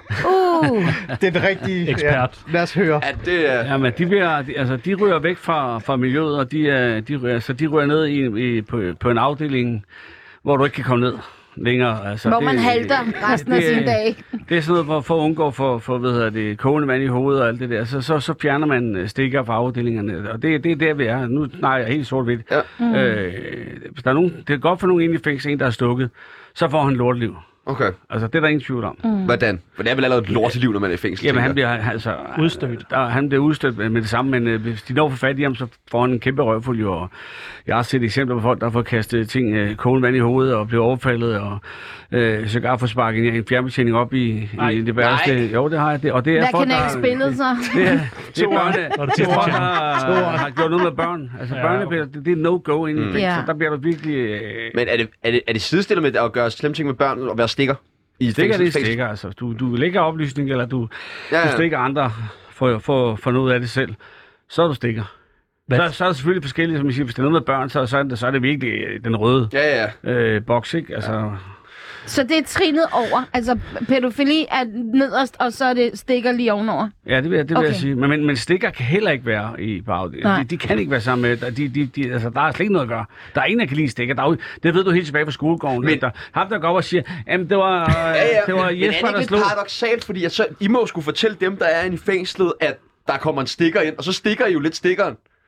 Det er den rigtige ekspert. Ja, lad os høre. Jamen, de ryger væk fra miljøet, og de ryger ned på en afdeling, hvor du ikke kan komme ned længere. Altså, hvor man halter resten af sin dag. Det er sådan noget for at undgå for kogende vand i hovedet og alt det der. Så fjerner man stikker fra afdelingerne, og det er der, vi er. Nu snakker jeg helt sort-hvidt. Ja. Hvis der er nogen, det er godt for nogen inde i fængsel, en der er stukket, så får han lorteliv. Okay. Altså, det er der ingen tvivl om. Hvordan? For det er vel allerede et lorteliv, når man er i fængsel? Jamen, han bliver udstødt. Han bliver udstødt med det samme, men hvis de når for fat i ham, så får han en kæmpe røvfuld. Og jeg har set eksempler på folk, der får kastet kogende vand i hovedet og bliver overfaldet, og sågar får sparket en fjernbetjening op i det værste. Jo, det har jeg. Og det er hvad folk, kanal spillet så? Det er folk, der har gjort noget med børn. Altså, børnepiller, det er no-go ind i fængsel. Så der bliver du virkelig... Men er det sidestillet med at gøre slemme ting med børn og være stikker? Stikker det stikker, altså. Du lægger oplysning, eller du stikker andre for noget af det selv. Så er du stikker. Så er det selvfølgelig forskelligt, som jeg siger, hvis det er noget med børn, så er det virkelig den røde boks, ikke? Altså... Så det er trinet over. Altså, pædofili er nederst, og så er det stikker lige ovenover? Ja, det vil jeg sige. Men stikker kan heller ikke være i bagdelen. De kan ikke være sammen med... Altså, der er slet ikke noget at gøre. Der er en, der kan lide stikker. Det ved du helt tilbage fra skolegården. Men ham, der går op og siger, det var Jesper, der slog... Men er det ikke lidt paradoksalt, fordi I må skulle fortælle dem, der er inde i fængslet, at der kommer en stikker ind, og så stikker I jo lidt stikkeren.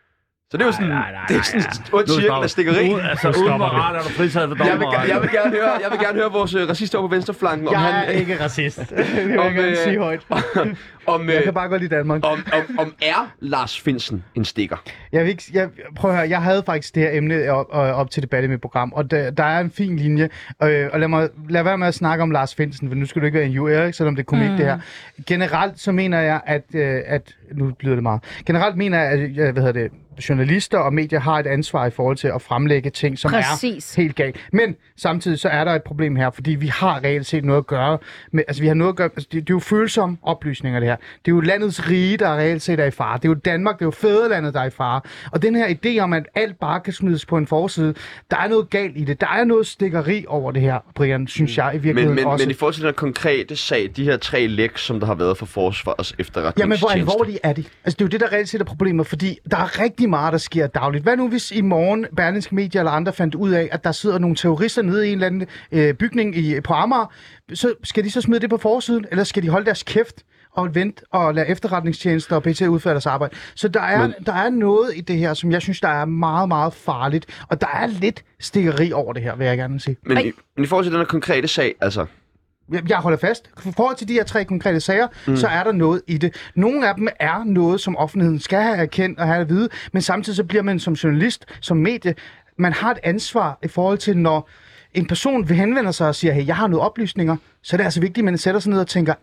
Så det er jo sådan, det er sådan en ond cirkel af stikkeri. Altså uden moral er du fritaget for dommer. Jeg vil gerne høre vores racist over på venstreflanken. Jeg er ikke racist. Det vil jeg gerne sige højt. Jeg kan bare godt lide Danmark. Om er Lars Findsen en stikker? Prøv at høre, jeg havde faktisk det her emne op til debat i mit program, og der er en fin linje. Og lad være med at snakke om Lars Findsen, for nu skal du ikke være en Erik, selvom det er komik det her. Generelt så mener jeg, at nu bliver det meget. Generelt mener jeg, at journalister og medier har et ansvar i forhold til at fremlægge ting, som er helt galt. Men samtidig så er der et problem her, fordi vi har reelt set noget at gøre med, altså vi har noget at gøre, altså det er jo følsomme oplysninger det her. Det er jo landets rige, der reelt set er i fare. Det er jo Danmark, det er jo fædrelandet, der er i fare. Og den her idé om, at alt bare kan smides på en forside, der er noget galt i det. Der er noget stikkeri over det her, Brian, synes jeg i virkeligheden også. Men i forhold til den konkrete sag, de her 3 læk, som der har været for Forsvars efterretningstjeneste. Jamen, hvor alvorlige er de? Altså, det er jo det, der reelt set er problemet, fordi der er rigtig meget, der sker dagligt. Hvad nu, hvis i morgen Berlingske Medier eller andre fandt ud af, at der sidder nogle terrorister nede i en eller anden bygning på Amager? Så skal de så smide det på forsiden, eller skal de holde deres kæft og vente og lade efterretningstjenester og PT udføre deres arbejde? Så der er noget i det her, som jeg synes, der er meget, meget farligt. Og der er lidt stikkeri over det her, vil jeg gerne sige. Men i forhold til den her konkrete sag, altså... Jeg holder fast. For forhold til de her 3 konkrete sager, så er der noget i det. Nogle af dem er noget, som offentligheden skal have erkendt og have at vide, men samtidig så bliver man som journalist, som medie, man har et ansvar i forhold til, når en person vil henvende sig og siger, hey, jeg har nogle oplysninger, så er det altså vigtigt, at man sætter sig ned og tænker,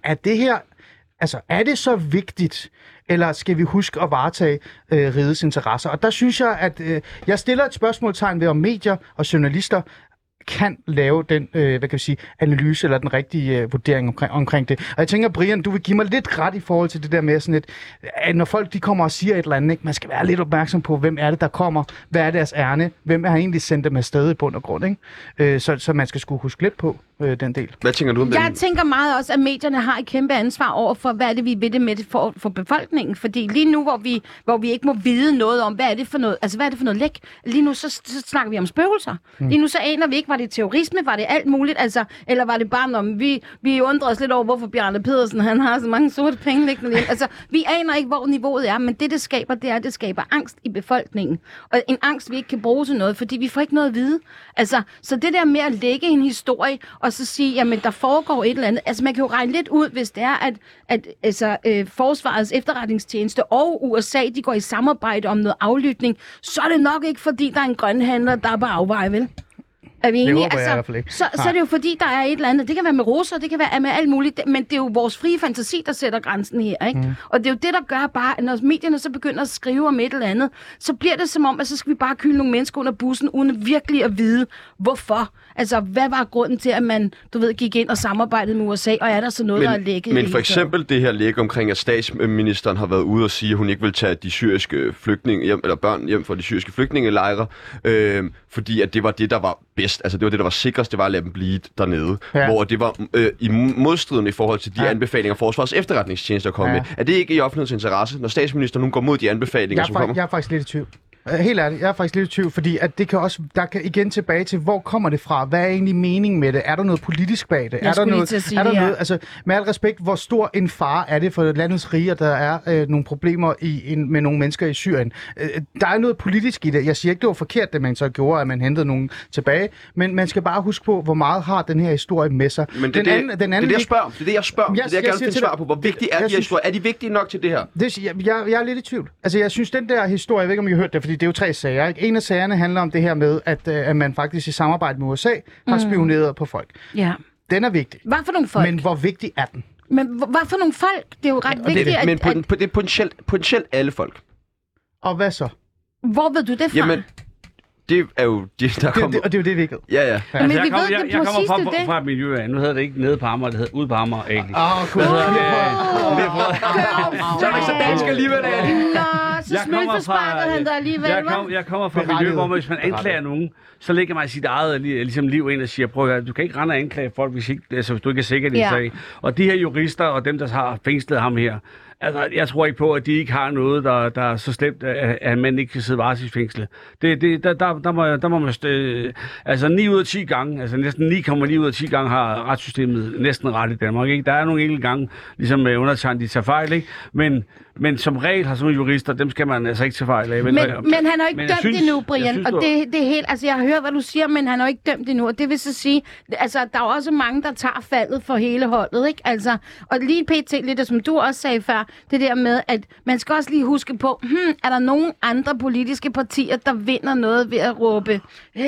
er det så vigtigt, eller skal vi huske at varetage rigets interesser? Og der synes jeg, at jeg stiller et spørgsmålstegn ved, om medier og journalister kan lave den analyse eller den rigtige vurdering omkring det. Og jeg tænker, Brian, du vil give mig lidt ret i forhold til det der med sådan at når folk de kommer og siger et eller andet, ikke, man skal være lidt opmærksom på, hvem er det, der kommer, hvad er deres ærne, hvem har egentlig sendt dem afsted i bund og grund, ikke? Så man skal skulle huske lidt på den del. Hvad tænker du om det? Jeg tænker meget også, at medierne har et kæmpe ansvar over for, hvad er det, vi ved det med det for befolkningen. Fordi lige nu, hvor vi ikke må vide noget om, hvad er det for noget læk? Lige nu, så snakker vi om spøgelser. Lige nu, så aner vi ikke, var det terrorisme, var det alt muligt, altså, eller var det bare, når vi undrer os lidt over, hvorfor Bjarne Pedersen, han har så mange sorte penge liggende lige. Altså, vi aner ikke, hvor niveauet er, men det skaber, det skaber angst i befolkningen. Og en angst, vi ikke kan bruge til noget, fordi vi får ikke noget at vide. Altså, så det der med at lægge en historie, og så sige, jamen, der foregår et eller andet. Altså, man kan jo regne lidt ud, hvis det er, at Forsvarets efterretningstjeneste og USA, de går i samarbejde om noget aflytning, så er det nok ikke, fordi der er en grønhandler, der er på afvej, vel? Er vi enige? Så er det jo fordi, der er et eller andet. Det kan være med roser, det kan være med alt muligt, men det er jo vores frie fantasi, der sætter grænsen her, ikke? Og det er jo det, der gør bare, at når medierne så begynder at skrive om et eller andet, så bliver det som om, at så skal vi bare kylde nogle mennesker under bussen, uden virkelig at vide, hvorfor. Altså, hvad var grunden til, at man, gik ind og samarbejdede med USA, og er der så noget, der er lækket? Men for eksempel det her læk omkring, at statsministeren har været ude og sige, at hun ikke vil tage de syriske flygtninge hjem, eller børn hjem fra de syriske flygtningelejre, fordi at det var det, der var bedst. Altså, det var det, der var sikrest, det var at lade dem blive dernede. Ja. Hvor det var i modstridende i forhold til de anbefalinger, Forsvarets efterretningstjenester kom med. Er det ikke i offentlighedens interesse, når statsministeren nu går mod de anbefalinger, som kommer? Jeg er faktisk lidt i tvivl. Helt ærligt, jeg er faktisk lidt i tvivl, fordi at det kan også, der kan igen tilbage til, hvor kommer det fra? Hvad er egentlig meningen med det? Er der noget politisk bag det? Er der noget, altså med al respekt, hvor stor en fare er det for landets rige, at der er nogle problemer med nogle mennesker i Syrien? Der er noget politisk i det. Jeg siger ikke, det var forkert, det man så gjorde, at man hentede nogen tilbage, men man skal bare huske på, hvor meget har den her historie med sig. Men det er det, jeg spørger. Det er det, jeg spørger. Det er det, jeg gerne vil svar på. Hvor vigtig er de her historier? Er de vigtige nok til det her? Jeg er lidt i tvivl. Altså, jeg synes, den der historie, jeg ved ikke, om I har hørt det, fordi det er jo 3 sager. Ikke? En af sagerne handler om det her med, at man faktisk i samarbejde med USA har spioneret på folk. Ja. Den er vigtig. Hvad for nogle folk? Men hvor vigtig er den? Men hvad for nogle folk? Det er jo ret vigtigt, Men det er potentielt alle folk. Og hvad så? Hvor ved du det fra? Jamen, det er jo det, der kommer... Og det er jo det, vi ikke ved. Ja. Altså, Men jeg kommer fra et miljø af. Nu hedder det ikke nede på Amager, det hedder ude på Amager, egentlig. Cool. Så er det ikke så dansk alligevel. Så smølfesparkede han der alligevel, jeg kommer fra et miljø, hvor hvis man anklager nogen, så lægger man sit eget ligesom liv ind og siger, prøv at høre, du kan ikke rende og anklage folk, hvis du ikke er sikker i din sag. Og de her jurister og dem, der har fængslet ham her, Altså, jeg tror ikke på, at de ikke har noget, der er så slemt, at man ikke kan sidde varetægtsfængslet. Der må man... Altså, 9 ud af 10 gange, altså næsten 9,9 ud af 10 gange har retssystemet næsten ret i Danmark, ikke? Der er nogle enkelte gange, ligesom undertegnet, de tager fejl, ikke? Men som regel har sådan nogle jurister, dem skal man altså ikke tage fejl af. Men han har jo ikke dømt endnu, Brian, og det er helt... Altså, jeg har hørt, hvad du siger, men han har jo ikke dømt endnu, og det vil så sige... Altså, der er også mange, der tager faldet for hele holdet, ikke? Altså, og lige pt. Lidt som du også sagde før, det der med, at man skal også lige huske på, er der nogen andre politiske partier, der vinder noget ved at råbe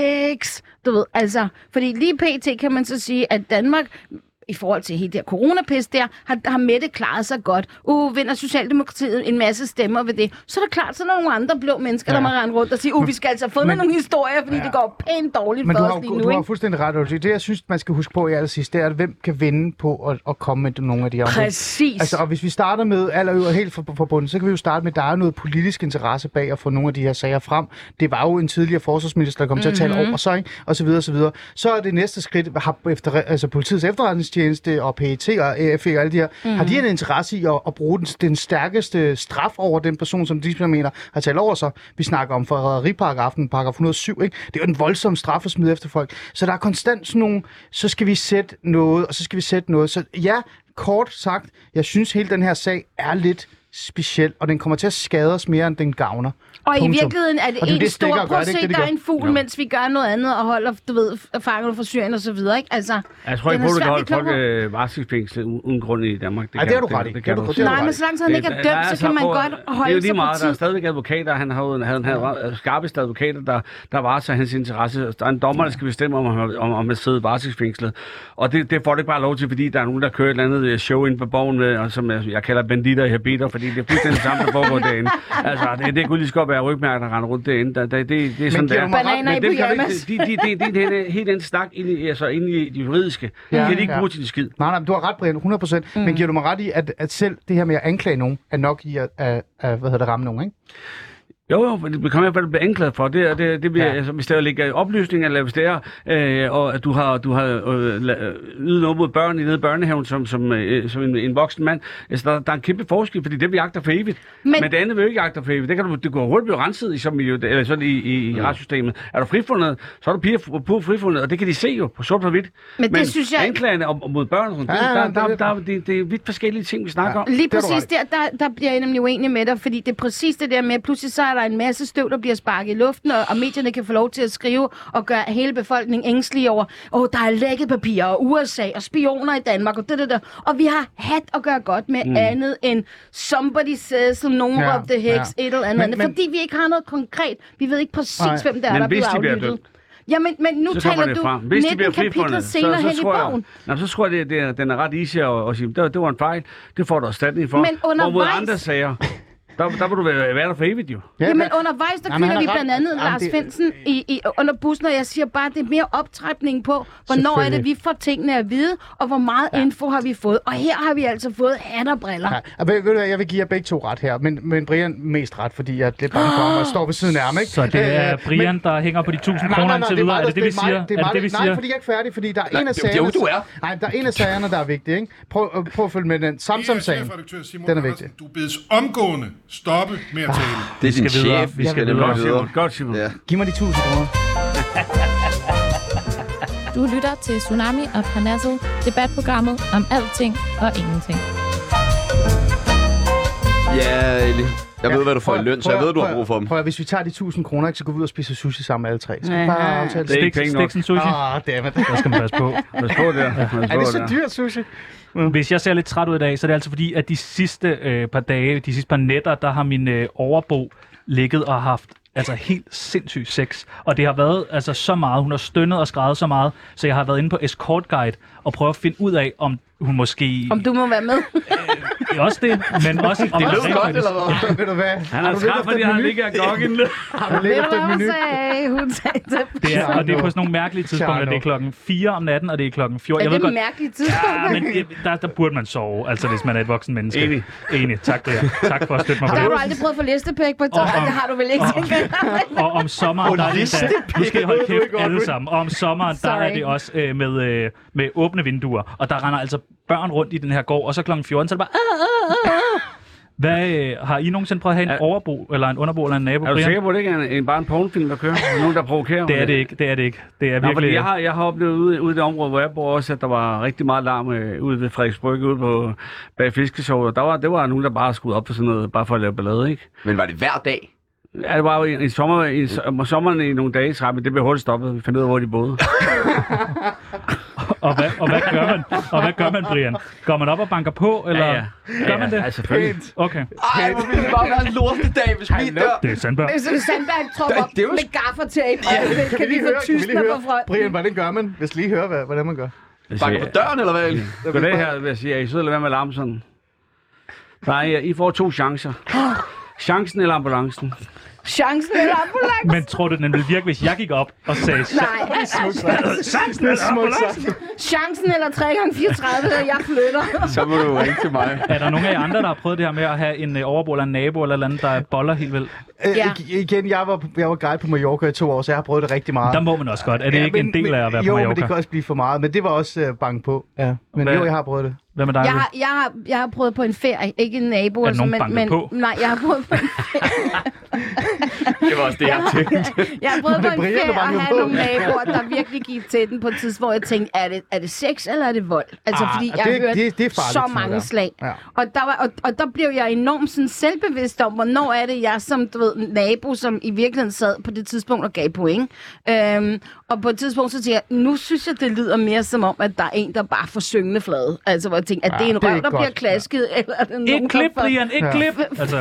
X? Du ved, altså, fordi lige pt. Kan man så sige, at Danmark... i forhold til hele der coronapis der, har Mette klaret sig godt. Vinder Socialdemokratiet en masse stemmer ved det. Så er det klart, så er der nogle andre blå mennesker, der må rende rundt og sige, vi skal altså have fundet nogle historier, fordi det går pænt dårligt for os lige nu. Du har fuldstændig ret. Det, jeg synes, man skal huske på i allersidst, det er, at hvem kan vinde på at komme med nogle af de andre. Præcis. Altså, og hvis vi starter med allerøver helt forbundet, så kan vi jo starte med, at der er noget politisk interesse bag at få nogle af de her sager frem. Det var jo en tidligere forsvarsminister, der kom til at tale over sig, og så videre, så videre. Så er det næste skridt, efter politiets efterretningstjeneste og PET og AFE og alle de her, har de en interesse i at bruge den stærkeste straf over den person, som de mener har talt over sig. Vi snakker om forræderiparagrafen, paragraf 107, ikke? Det er jo en voldsom straf at smide efter folk. Så der er konstant sådan nogle, så skal vi sætte noget, og så skal vi sætte noget. Så ja, kort sagt, jeg synes hele den her sag er lidt speciel, og den kommer til at skade os mere, end den gavner. Og i virkeligheden er det en stor... Prøv at se, der er en fugl, ja. mens vi gør noget andet og holder, du ved, fanger fra Syrien og så videre, ikke? Altså, jeg tror ikke på, at du kan holde folk varetægtsfængslet uden grund i Danmark. Det har du ret i. Nej, men så langt han ikke er dømt, så kan man godt holde sig på tid. Det er jo lige meget, der er stadigvæk advokater. Han havde skarpeste advokater, der varetager hans interesse. Der er en dommer, der skal bestemme, om at sidde varetægtsfængslet. Og det får det ikke bare lov til, fordi der er nogen, der kører et eller andet show ind på borgen, og som jeg kalder banditter i habiter, fordi det er fuldstændig samme, der foregår derinde. Altså, det kunne lige så godt være rygmærker, der render rundt derinde. Det er sådan, der. Bananer i pyjamas. Det er helt anden snak inde i det juridiske. Det kan de ikke bruge til en skid. Nej, du har ret, Brian, 100%. Men giver du mig ret i, at selv det her med at anklage nogen, er nok i at ramme nogen, ikke? Jo, vi kommer i hvert fald blive anklaget for det bliver, altså, hvis der ligger oplysninger, eller hvis det er, og at du har ydet noget mod børn i nede i børnehaven som en voksen mand, altså, der er en kæmpe forskel, fordi det vi jagter for evigt. Men det andet vil jo ikke jagter for evigt. Det kan du hurtigt blive renset i retssystemet. Er du frifundet, så er du på frifundet, og det kan de se jo på sort og hvidt. Men det synes jeg... anklagerne mod børn, det er vidt forskellige ting, vi snakker om. Lige præcis der bliver jeg nemlig uenig med dig, fordi det er præcis det der med, pludselig så er der en masse støv, der bliver sparket i luften, og medierne kan få lov til at skrive og gøre hele befolkningen ængstelig over, der er lækket papirer, og USA, og spioner i Danmark, og det. Og vi har at gøre godt med andet end somebody says, som nogen råbte heks, et eller andet. Fordi vi ikke har noget konkret. Vi ved ikke præcis, hvem der er blevet aflyttet. Jamen, men nu taler du 19 kapitler senere hen i bogen. Så tror jeg, den er ret easy at sige, det var en fejl. Det får du erstatning for. Men undervejs... mod andre sager... Der må du være der for evigt, jo. Jamen undervejs, der kvinder vi blandt andet Lars Findsen under bussen, og jeg siger bare, at det er mere optrækning på, hvornår er det, vi får tingene at vide, og hvor meget info har vi fået. Og her har vi altså fået hat og briller. Jeg vil give jer begge to ret her, men Brian mest ret, fordi jeg er lidt bange for ham at stå ved siden af ham, ikke? Så det er Brian, der hænger på de 1000 kroner indtil videre? Er det det, vi siger? Nej, fordi jeg er ikke færdig, fordi der er en af sagerne... Nej, der er en af sagerne, der er vigtig, ikke? Prøv at følge med den. Samsam-sagen. Den er vigtig. Du bedes omgående stoppe med at tale. Det er din chef, vi skal nemlig videre. Godt, Simon. Ja. Giv mig de 1000 kroner. Du lytter til Tsunami og Parnasset, debatprogrammet om alting og ingenting. Ja, Eli. Jeg ved, hvad du får i løn, så jeg ved, du har brug for dem. Hvis vi tager de 1000 kroner, så går vi ud og spiser sushi sammen alle tre. Skal vi bare aftale det? Stik en sushi. Dammit. Der skal man passe på. Pas på der. Er det så dyrt sushi? Hvis jeg ser lidt træt ud i dag, så er det altså fordi, at de sidste par nætter, der har min overbo ligget og haft altså helt sindssygt sex. Og det har været altså så meget. Hun har stønnet og skrevet så meget, så jeg har været inde på Escort Guide og prøvet at finde ud af, om hun måske... Om du må være med. Også det, men også... Det lød godt, eller hvad? Ved du hvad? Han er træt, fordi han ligger og gokken. Har du lidt efter et menu? Hun sagde det. Det er, og det er på sådan nogle mærkelige tidspunkter. Det er klokken 4 om natten, og det er klokken 14. Er det et mærkeligt tidspunkt? Ja, men der burde man sove, altså hvis man er et voksen menneske. Enig. Tak, Brian. Tak for at støtte mig. Der har du aldrig prøvet at få listepæk på torsdag. Det har du vel ikke, tænker. Og om sommeren, der er det nu skal I holde kæft alle sammen. Og om sommeren, der er det også med åbne vinduer. Og der render altså børn rundt i den her gård, og så klokken 14, så er det bare... Hvad, har I nogensinde prøvet at have en overbo, eller en underbo, eller en nabo? Er du sikker på, at det ikke er bare en pornofilm, der kører? Nogen, der provokerer? Det er det ikke. Det er virkelig... Jeg har oplevet ude i det område, hvor jeg bor også, at der var rigtig meget larm ude ved Frederiksbrygge, ude på bag Fiskesov. Det var nogen, der bare skulle op for sådan noget, bare for at lave ballade, ikke? Men var det hver dag? Ja, det var jo i sommeren i nogle dage, men det blev hurtigt stoppet. Vi fandt ud af, hvor de boede. Og hvad gør man, Brian? Går man op og banker på, eller gør man det? Ja, selvfølgelig. Okay. Ej, hvor ville det bare være en lortedag, hvis vi dør. Det er Sandberg. Hvis Sandberg tror op med gaffertape, kan vi få tyskler på front. Brian, hvordan gør man? Hvis lige hører, hvordan man gør. Banker på døren, eller hvad? Goddag her, vil jeg sige. Er I søde, eller hvad med larm sådan? Nej, I får 2 chancer. Chancen eller ambulancen? Chancen eller ambulancen? Men tror du, den ville virke, hvis jeg gik op og sagde... Nej. Chancen eller ambulancen? Chancen eller 3x34, og jeg flytter. Så må du ringe til mig. Er der nogen af jer andre, der har prøvet det her med at have en overbo eller en nabo eller andet, der boller helt vildt? Igen, jeg var guide på Mallorca i 2 år, så jeg har prøvet det rigtig meget. Der må man også godt. Er det ikke en del af at være på Mallorca? Jo, men det kan også blive for meget. Men det var også bange på. Ja. Men jo, jeg har prøvet det. Hvad med dig? Jeg har prøvet på en ferie, ikke en nabo. Er nogen banket på? Nej, jeg har prøvet på en ferie. Det var også det, jeg tænkte. Jeg har prøvet på en ferie at have nogle naboer, der virkelig gik til den på et tidspunkt, hvor jeg tænkte, er det sex eller er det vold? Altså, fordi jeg har hørt så mange slag. Ja. Og der blev jeg enormt sådan selvbevidst om, hvornår er det, jeg som nabo, som i virkeligheden sad på det tidspunkt og gav point. Og på et tidspunkt så siger jeg, nu synes jeg, det lyder mere som om, at der er en, der bare får syngende flade. Altså, hvor jeg tænker, at det er en røv, der bliver klasket, eller er det nogen, ikke klip, Brian, ikke klip! Altså.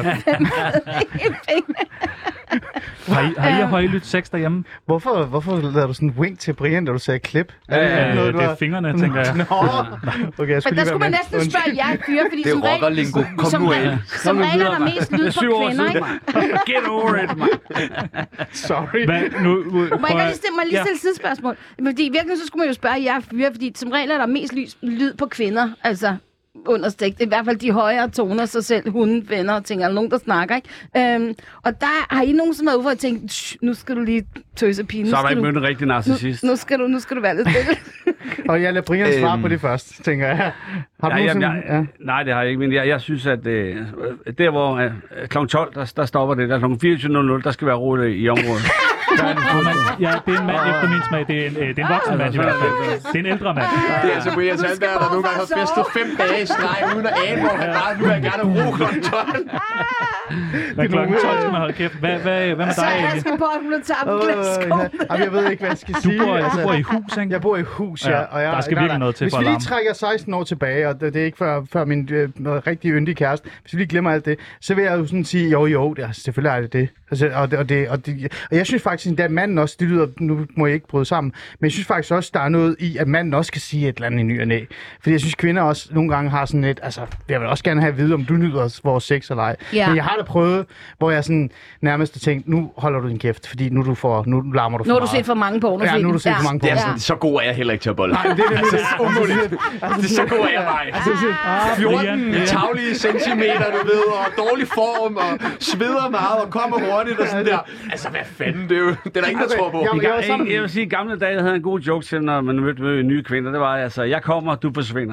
Har I højlydt sex derhjemme? Hvorfor lavede du sådan en wink til Brian, da du sagde klip? Det er fingrene, tænker jeg. Okay, men der skulle man næsten spørge jer fyre, fordi det er rockerlingo. Kom nu ind. Som regel er der mest lyd på kvinder, ikke? Get over it, man. Sorry. Må jeg lige stille sidespørgsmål? Fordi i virkeligheden så skulle man jo spørge jer fyre, fordi som regel er der mest lyd på kvinder, altså understegt. I hvert fald de højere toner sig selv, hunde, venner og ting, eller nogen, der snakker, ikke? Og der har I nogensinde været ude for at tænke, nu skal du lige tøse pine. Så er der ikke mødt en rigtig narcissist. Nu skal du være lidt stille. Og jeg lader Brian svare på det først, tænker jeg. Har du nej, det har jeg ikke, men jeg synes, at der hvor kl. 12, der stopper det, der kl. 24.00, der skal være ro i området. Ja, det er en mand efter min smag. Det er en voksen mand i hvert fald. Det er en ældre mand. Det er altså Brian Sandberg, der nogle gange har festet 5 dage i streg, uden at ane, hvor han bare nu vil gerne ro kl. 12. Men kl. 12 skal man holde kæft. Hvad med dig, så jeg skal på, at hun tager på glasskål. Jeg ved ikke, hvad jeg skal sige. Du bor i hus, ikke? Jeg bor i hus, ja. Og der skal virkelig noget til hvis for vi alarm. lige trækker 16 år tilbage, og det er ikke før min rigtig yndige kæreste, hvis vi lige glemmer alt det, så vil jeg jo sådan sige, jo, selvfølgelig er det det. Altså, og jeg synes faktisk, at manden også, det lyder, nu må jeg ikke bryde sammen, men jeg synes faktisk også, der er noget i, at manden også kan sige et eller andet i ny og næ. Fordi jeg synes, kvinder også nogle gange har sådan et, altså, jeg vil også gerne have at vide, om du nyder vores sex eller ej. Ja. Men jeg har da prøvet, hvor jeg sådan nærmest har tænkt, nu holder du din kæft, fordi nu larmer du for meget. Nu har du set for mange pornofilm. Ja, nu har du set for mange pornofilm. Så god er jeg heller ikke til at bolle. Nej, det er det umuligt. Det er så god er jeg bare. 14 taglige centimeter, du ved, og dårlig form, og sveder meget, og kommer hurtigt og sådan der. Altså, hvad fanden, det er der ingen, der tror på. Jeg vil sige, at gamle dage havde en god joke til, når man mødte nye kvinder. Det var altså, jeg kommer, du forsvinder.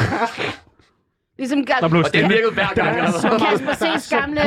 Ligesom og det virkede hver gang. Kasper C's gamle...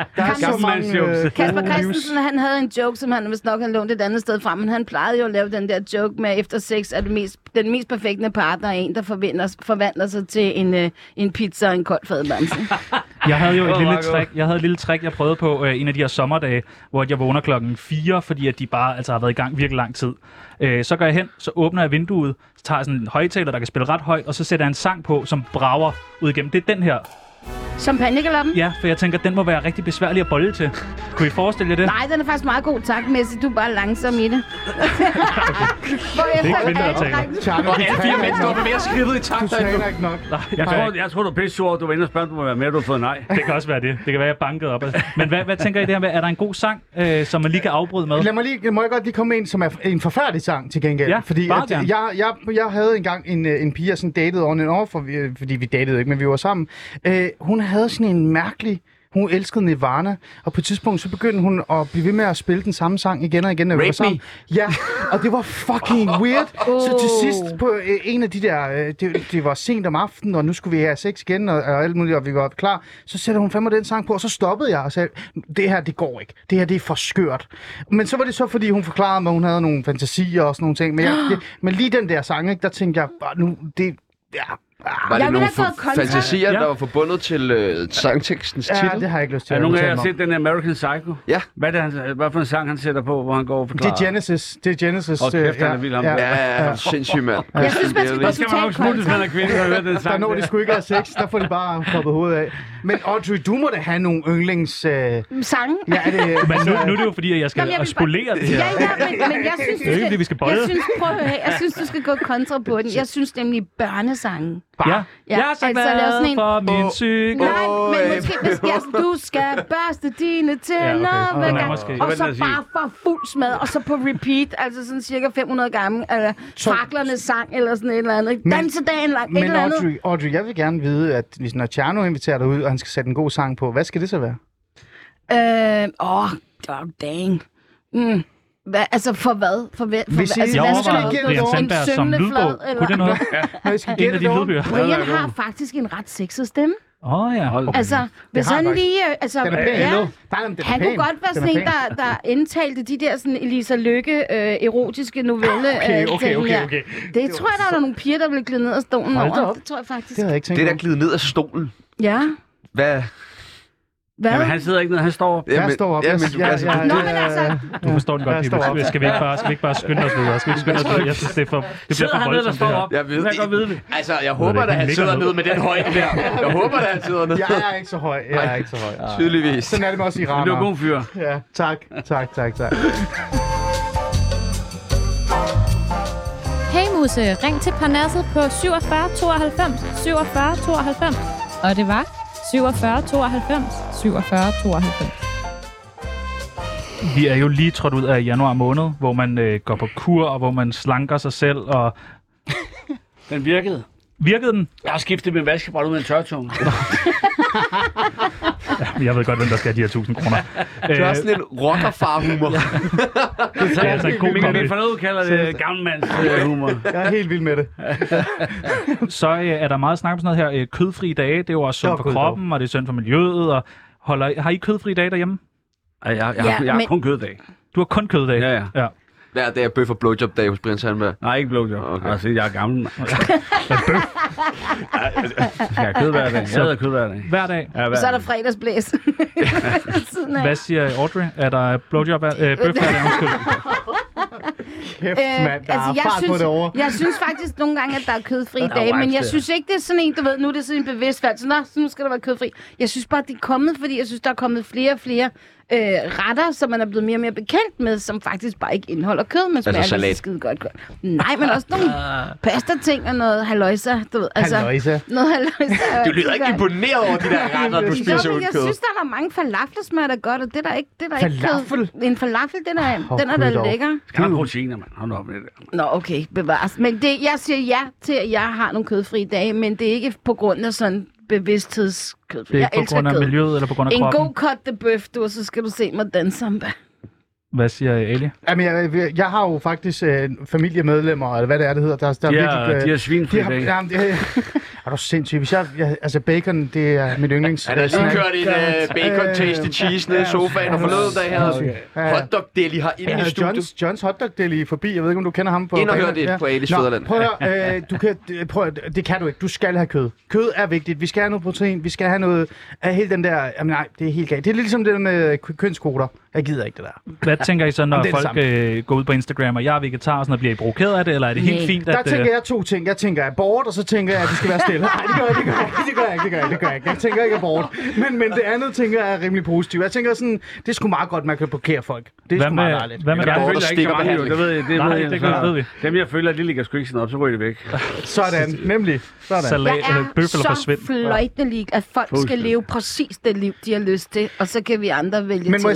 Kasper Christensen, han havde en joke, som han vist nok havde lånt et andet sted frem, men han plejede jo at lave den der joke med, efter sex er den mest perfekte partner er en, der forvandler sig til en pizza og en kold fadbamse. Jeg havde jo et lille trick, jeg prøvede på en af de her sommerdage, hvor jeg vågner klokken 4, fordi at de bare har været i gang virkelig lang tid. Så går jeg hen, så åbner jeg vinduet, så tager jeg sådan en højtaler, der kan spille ret højt, og så sætter jeg en sang på, som brager ud igennem. Det er den her. Champagnegalappen? Ja, for jeg tænker, den må være rigtig besværlig at bolle til. Kunne I forestille jer det? Nej, den er faktisk meget god, tak, Messi. Du er bare langsom i det. Det er ikke kvinder, der taler. Og alle 4 mennesker er mere skridtet i takt. Du taler ikke nok. Jeg tror, du er pisse sur, du var inde og spørge, du må være med, du har fået nej. Det kan også være det. Det kan være, jeg bankede op. Men hvad tænker I det her med? Er der en god sang, som man lige kan afbryde med? Må jeg godt lige komme med en, som er en forfærdelig sang til gengæld? Ja, fordi jeg havde engang en pige, jeg sådan datede on and off, fordi vi datede ikke, men vi var sammen. Hun havde sådan en mærkelig Hun elskede Nirvana, og på et tidspunkt så begyndte hun at blive ved med at spille den samme sang igen og igen. Når vi var sammen. Ja, og det var fucking weird. Så til sidst på en af de der, det var sent om aftenen, og nu skulle vi have sex igen, og alt muligt, og vi var klar. Så sætter hun fandme den sang på, og så stoppede jeg og sagde, det her, det går ikke. Det her, det er for skørt. Men så var det så, fordi hun forklarede mig, at hun havde nogle fantasier og sådan nogle ting. Men lige den der sang, ikke, der tænkte jeg, nu, det... Ja. Var det nogle fantasier, der var forbundet til sangtekstens titel? Ja, det har jeg ikke lyst til. Er nogen af jer set den American Psycho? Ja. Hvad for en sang han sætter på, hvor han går og forklarer? Det er Genesis. Og kæft, han er vild ham. Ja, sindssygt, mand. Jeg synes, man Det skal man nok smutte, hvis man er kvinde, der hører den sang. Der når de sgu ikke have sex, der får de bare koppet hovedet af. Men Audrey, du må da have nogle yndlings... Sange? Ja, Men nu er det jo fordi, at jeg skal spolere det her. Ja, men jeg synes, Det er ikke, vi skal bolle. jeg synes, du skal gå kontra på den. Jeg synes nemlig børnesange. Ja. Jeg er så glad for min cykel. Nej, men måske, du skal børste dine tænder hver gang, og så bare for fuld smad, og så på repeat, altså sådan cirka 500 gange, eller Faklernes sang, eller sådan et eller andet. Dansedagen lang, et eller andet. Men Audrey, jeg vil gerne vide, at hvis når Tjerno inviterer dig ud, og han skal sætte en god sang på, hvad skal det så være? Dang. Altså for hvad? For hvad? Hvis I, altså, jeg hvad skal overvejer Brian Sandberg som lydbog. Kunne det noget? En af de lydbøger. Brian har faktisk en ret sexet stemme. Ja. Altså, hvis han lige... Altså, den er pæn. ja, han kunne godt være sådan en, der indtalte de der sådan Elisa Lykke erotiske novelle. Okay. Det tror jeg, der er nogle piger, der vil glide ned af stolen over. Det tror jeg faktisk. Det havde jeg ikke tænkt. Det der glide ned af stolen. Ja. Hvad? Jamen, han sidder ikke ned, han står op. Jeg står op. Nå, men altså... Du forstår den godt, Pibels. Skal vi ikke bare skynde os videre? Skal vi ikke skynde os videre? Jeg synes, det bliver for voldsomt, det her. Jeg ved det. Altså, jeg håber, at han sidder nede med den højde der. Jeg håber, at han sidder nede. Jeg er ikke så høj. Tydeligvis. Sådan er det med os iraner. Men du er god fyr. Ja, tak. Hey Musse, ring til Parnasset på 47 92 47 92. Og det var 47 92 47 92. Vi er jo lige trådt ud af januar måned, hvor man går på kur, og hvor man slanker sig selv, og... Den virkede. Virkede den? Jeg har skiftet min vaskebræt ud med en tørretunge. Jeg ved godt, hvem der skal have de her 1000 kroner. Du har sådan en rockerfar-humor. Det er altså en god kombi. Min forlod kalder det gammelmands-humor. Jeg er helt vild med det. Så er der meget snak om sådan noget her. Kødfri dage, det er jo også sundt for kroppen, og det er sundt for miljøet. Og har I kødfri dage derhjemme? Jeg har kun køddag. Du har kun køddag? Ja. Hver dag er bøf og blowjob-dag hos Brian Sandberg. Nej, ikke blowjob. Okay. Altså, jeg er gammel. Bøf. Jeg har kød hver dag. Jeg har kød hver dag. Hver dag? Ja, hver Så er der dag. fredagsblæs. Hvad siger Audrey? Er der blowjob bøf hver dag? Kæft, mand. Der er fart på det over. Jeg synes faktisk nogle gange, at der er kødfri dage, men jeg synes ikke, det er sådan en, du ved, nu er det sådan en bevidst valg. Så nu skal der være kødfri. Jeg synes bare, det er kommet, fordi jeg synes, der er kommet flere og flere retter, som man er blevet mere og mere bekendt med, som faktisk bare ikke indeholder kød, men smager altså lidt skide godt. Nej, men også nogle pasta-ting og noget halløjsa, du ved. Altså, noget halløjsa. Du lyder ikke imponeret over de der retter, du spiser uden kød. Jeg synes, der er mange falafelsmager, der er godt, og det er der ikke, falafel? Ikke kød. En falafel, den er der lækker. Skal der proteiner, mand? Hold op med det der. Nå, okay, bevares. Men jeg siger ja til, at jeg har nogle kødfrie dage, men det er ikke på grund af sådan bevidsthedskød. Det er ikke på grund af miljøet eller på grund af kroppen? En god cut bøf, du, så skal du se mig danse samba. Hvad siger Ali? Jamen, jeg har jo faktisk familiemedlemmer, eller hvad det hedder. Der de har svinfri dag. Er du sindssygt? Hvis altså bacon, det er mit yndlings. Han har lige kørt en bacon tasty cheese ned i sofaen, og forleden dag her hotdog deli har inde i studiet. Johns hotdog deli forbi. Jeg ved ikke, om du kender ham på... Ind og hør det på Alis Fædreland. Prøv at det kan du ikke. Du skal have kød. Kød er vigtigt. Vi skal have noget protein. Vi skal have noget af hele den der... Jamen nej, det er helt galt. Det er ligesom det der med kønskoder. Jeg gider ikke det der. Hvad tænker I så, når folk går ud på Instagram, og jeg er vegetar, og sådan, og bliver I provokeret af det, eller er det helt fint, at... Der tænker jeg to ting. Jeg tænker abort, og så tænker jeg, at det skal være stille. Nej, det gør jeg ikke. Jeg tænker ikke abort. Men det andet tænker jeg er rimelig positivt. Jeg tænker sådan, det er sgu meget godt, man kan blokere folk. Det er sgu meget dejligt. Hvad med jeg dig? føler ikke så mange, det ved vi. Dem, jeg føler, de ligger sgu ikke sådan op, så ryger det væk. Sådan, nemlig. Salat eller bøf eller forsvind. Jeg er så fløjtende lig, at folk skal leve præcis det liv, de har lyst til, og så kan vi andre vælge til. Men må jeg sige en ting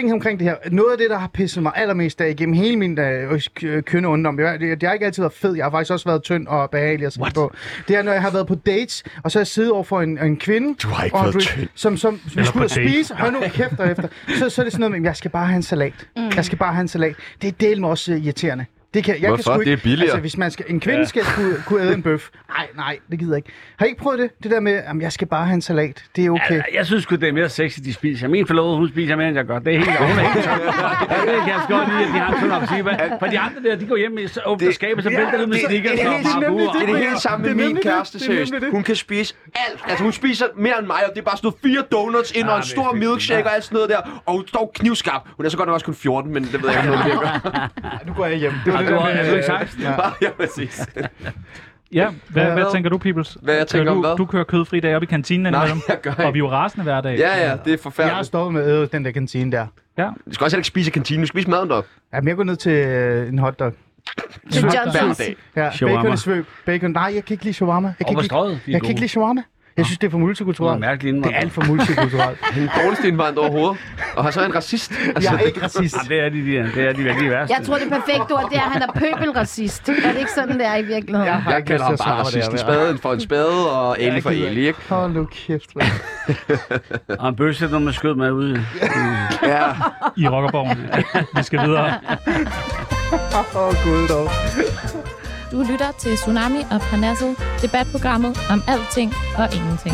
ting omkring det her. Noget af det, der har pisset mig allermest af igennem hele min kønne undom. Jeg har ikke altid været fed. Jeg har faktisk også været tynd og behagelig at se på. Det er, når jeg har været på dates, og så har jeg siddet over for en kvinde. Du har ikke været tynd. Som vi skulle ud og spise. Hør nu kæft efter. Så er det sådan noget med, jeg skal bare have en salat. Jeg skal bare have en salat. Det er del med også irriterende. Hvorfor? Kan sgu ikke, det er billigere. Altså, hvis man skal, en kvinde skal kunne æde en bøf. Nej, det gider jeg ikke. Har I ikke prøvet det? Det der med, at jeg skal bare have en salat. Det er okay. Jeg synes sgu, det er mere sexy, de spiser. Min forlovede, hun spiser mere, end jeg gør. Det er helt jeg kan også godt lide, at de har sådan noget at sige. For de andre der, de går hjem og åbner skabet, så vælter det med snikker. Det er det helt samme med min kæreste, seriøst. Hun kan spise alt. Altså, hun spiser mere end mig, og det er bare sådan 4 donuts ind og en stor milkshake og alt sådan noget der. Og hun står knivskarp. Hun er så godt nok også kun 14, men det ved jeg ikke, noget det gør. Nu går jeg hjem. Det var det der med... Ja, præcis. Ja, hvad tænker du, Peoples? Hvad jeg tænker om hvad? Du kører kødfri dag op i kantinen indimellem. jeg gør ikke. Og vi er jo rasende hver dag. Ja, det er forfærdeligt. Jeg har stoppet med at æde den der kantine der. Ja. Du skal også ikke spise kantinen, du skal spise maden deroppe. Jamen, jeg går ned til en hotdog. Til Hver dag. Ja, bacon og svøb. Bacon. Nej, jeg kan ikke lide shawarma. Jeg kan ikke lide shawarma. Jeg synes, det er for multikulturelt. Det er alt for multikulturelt. Han er den dårligste indvandrer overhovedet. Og så er han racist. Altså. Jeg er ikke racist. Det er de virkelig værste. Jeg tror, det perfekte ord, det er, at han er pøbelracist. Er det ikke sådan, det er i virkeligheden? Jeg kalder ham bare racist. En spade for en spade, og Eli for Eli, ikke? Hold nu kæft, man. Og en bøsse, når man skød med ude. Ja. I Rockerborgen. Vi skal videre. Gud dog. Du lytter til Tsunami og Parnasset, debatprogrammet om alting og ingenting.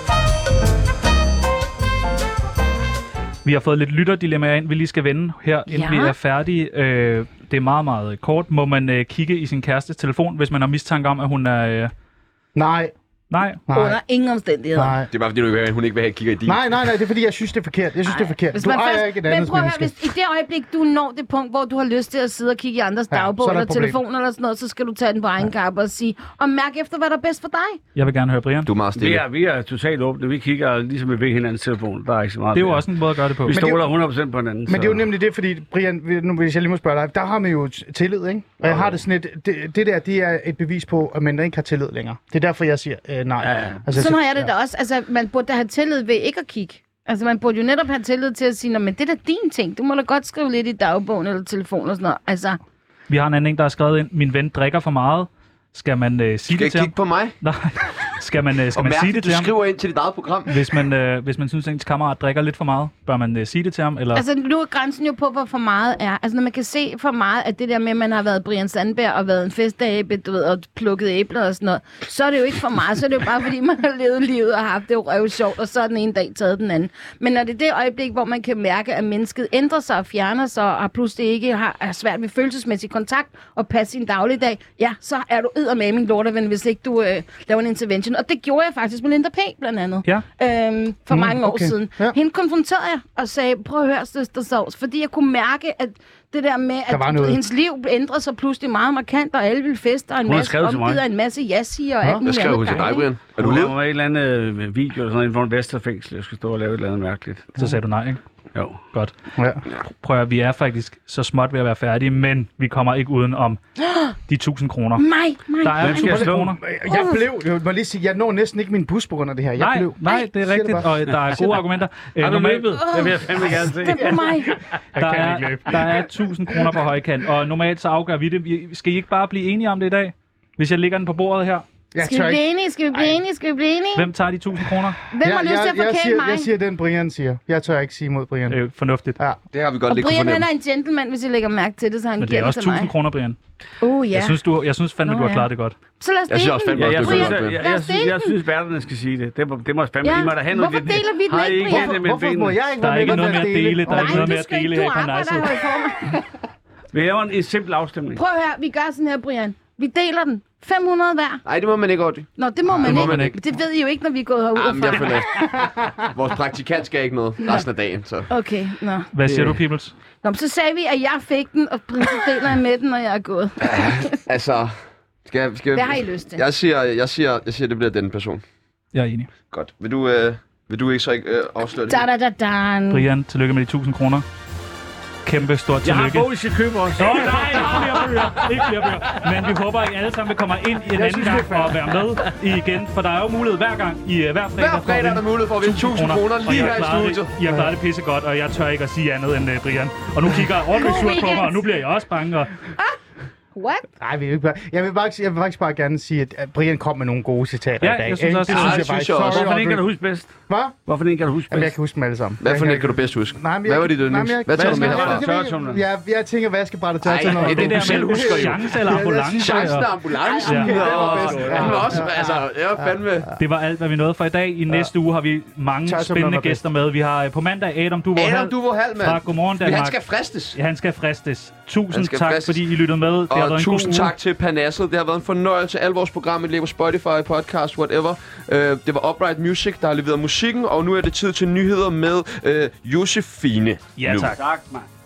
Vi har fået lidt lytterdilemmaer ind, vi lige skal vende her, inden vi er færdige. Det er meget, meget kort. Må man kigge i sin kærestes telefon, hvis man har mistanke om, at hun er... Nej. Under ingen omstændigheder. Nej. Det er bare fordi, hun ikke vil have kigger i din. Nej, det er fordi, jeg synes, det er forkert. Jeg synes, det er forkert. Hvis Du man ejer ikke et andet prøv at høre, menneske. hvis i det øjeblik, du når det punkt, hvor du har lyst til at sidde og kigge i andres dagbog så er der eller et problem. telefon eller sådan noget, så skal du tage den på egen kappe og sige, og mærk efter, hvad der er bedst for dig. Jeg vil gerne høre Brian. Du er meget stille. Vi er totalt åbne. Vi kigger ligesom vi ved hinandens telefon. Der er ikke så meget. Det er jo også en måde at gøre det på. Vi stoler 100% på hinanden. Men det er jo nemlig det, fordi Brian, nu hvis jeg lige må spørge dig, der har man jo tillid, ikke? Og jeg har det sådan det er et bevis på, at man ikke har tillid længere. Det er derfor, jeg siger nej. Ja. Altså, Sådan har jeg det da også. Altså, man burde da have tillid ved ikke at kigge. Altså, man burde jo netop have tillid til at sige, men det er da din ting. Du må da godt skrive lidt i dagbogen eller telefon og sådan noget. Altså, Vi har en anden, der har skrevet ind, min ven drikker for meget. Skal man sige Skal det jeg til ham? kigge på mig? Nej. Skal man sige det du til ham? skriver ind til dit eget program. Hvis man synes, at ens kammerat drikker lidt for meget, bør man sige det til ham? Eller? altså, nu er grænsen jo på, hvor for meget er. Altså, når man kan se for meget af det der med, at man har været Brian Sandberg og været en festabe, du ved, og plukket æbler og sådan noget, så er det jo ikke for meget. Så er det jo bare, fordi man har levet livet og haft det jo røvsjovt, og så er den ene dag taget den anden. Men når det er det øjeblik, hvor man kan mærke, at mennesket ændrer sig og fjerner sig, og pludselig ikke er svært ved følelsesmæssig kontakt og passe sin dagligdag, ja, så er du eddermame min lorteven, hvis ikke du laver en intervention. Og det gjorde jeg faktisk med Linda P. blandt andet. Ja. For mange år okay. siden. Ja. Hende konfronterede jeg og sagde, prøv at høre, søster Sovs, fordi jeg kunne mærke, at det der med, at hendes liv ændrede sig pludselig meget markant, og alle ville feste, og en masse omgivet, og en masse jassier og alt muligt. Hvad skrev hun til dig, Brian? Er du Der led? var et eller andet video eller sådan inden for en Vesterfængsel, jeg skulle stå og lave et eller andet mærkeligt. Så sagde du nej, ikke? Jo. Godt. Ja. Prøv at vi er faktisk så småt ved at være færdige, men vi kommer ikke uden om de 1000 kroner. Der er 1000 kroner. Jeg må lige sige, jeg når næsten ikke min bus på grund af det her. Nej, det er rigtigt, og der er gode argumenter. Har du løbet? Det vil jeg fandme gerne se. Det er mig. Der er 1000 kroner på højkant, og normalt så afgør vi det. Skal I ikke bare blive enige om det i dag? Hvis jeg lægger den på bordet her. Skal vi blive enige? Hvem tager de 1000 kroner? Hvem har lyst til at forkæle mig? Jeg siger den, Brian siger. Jeg tør ikke sige mod Brian. Fornuftigt. Ja. Det har vi godt Og lidt Brian, kunne han fornemme. er en gentleman, hvis I lægger mærke til det, så han Men det giver er det også til mig. 1000 kroner, Brian. Ja. Jeg synes fandme, du har klaret det godt. Så lad os Jeg synes dele også den. fandme, Jeg også, synes, det er godt. jeg synes, værterne skal sige det. Det må fandme Ja. I må da have noget. Hvorfor deler vi den Har I ikke, ikke Brian? det med Hvorfor må jeg ikke Der er være ikke med noget på med at dele. Der er ikke noget med at dele her i Parnasset. Vi laver en simpel afstemning. Prøv her, vi gør sådan her, Brian. Vi deler den. 500 hver. Nej, det må man ikke, Audrey. Nå, det må man må ikke. man ikke. Det ved I jo ikke, når vi er gået herud. Jamen, jeg føler, vores praktikant skal ikke noget resten af dagen, så... Okay, nå. Hvad siger du, Peoples? Nå, så sagde vi, at jeg fik den, og Prinsen deler med den, når jeg er gået. Altså... Skal Hvad har I lyst til? Jeg siger, det bliver den person. Jeg er enig. Godt. Vil du ikke så ikke afsløre det? Da-da-da-dan. Brian, tillykke med de 1000 kroner. Kæmpe stort Jeg har tillykke. bog, I skal købe også. Nej. Ikke flere bøger. Men vi håber, at I alle sammen kommer ind en anden gang og være med igen. For der er jo mulighed hver gang, hver fredag. Hver fredag er der mulighed for at vinde 1000 kroner lige her i studiet. I har klaret det pissegodt, og jeg tør ikke at sige andet end Brian. Og nu kigger Audrey surt på mig, og nu bliver jeg også bange. What? Nej, jeg vil faktisk bare gerne sige, at Brian kom med nogle gode citater i dag. Jeg synes også, det synes jeg også. Hvorfor den kan du huske bedst? Hvad? Hvorfor den kan du huske bedst? Jamen, jeg kan huske dem alle sammen. Hvad for den kan du bedst huske? Hvad var dit yndlings? Hvad tager du med herfra? Jeg tænker, hvad jeg skal brætte tørre til noget. Det der selv husker jo. chance eller ambulance. Chancen og ambulancen. Han var også, altså, jeg var fandme... Det var alt, hvad vi nåede for i dag. I næste uge har vi mange spændende gæster med. Vi har på mandag Adam Duvold fra Godmorgen Danmark. Han skal fristes. Ja, han skal fristes. Tusind tak, fordi I lyttede med. Det har været en god tusind tak til Parnasset. Det har været en fornøjelse. Alle vores programmer ligger på Spotify, podcast, whatever. Det var Upright Music, der har leveret musikken, og nu er det tid til nyheder med Josefine. Ja, tak. Tak, mand.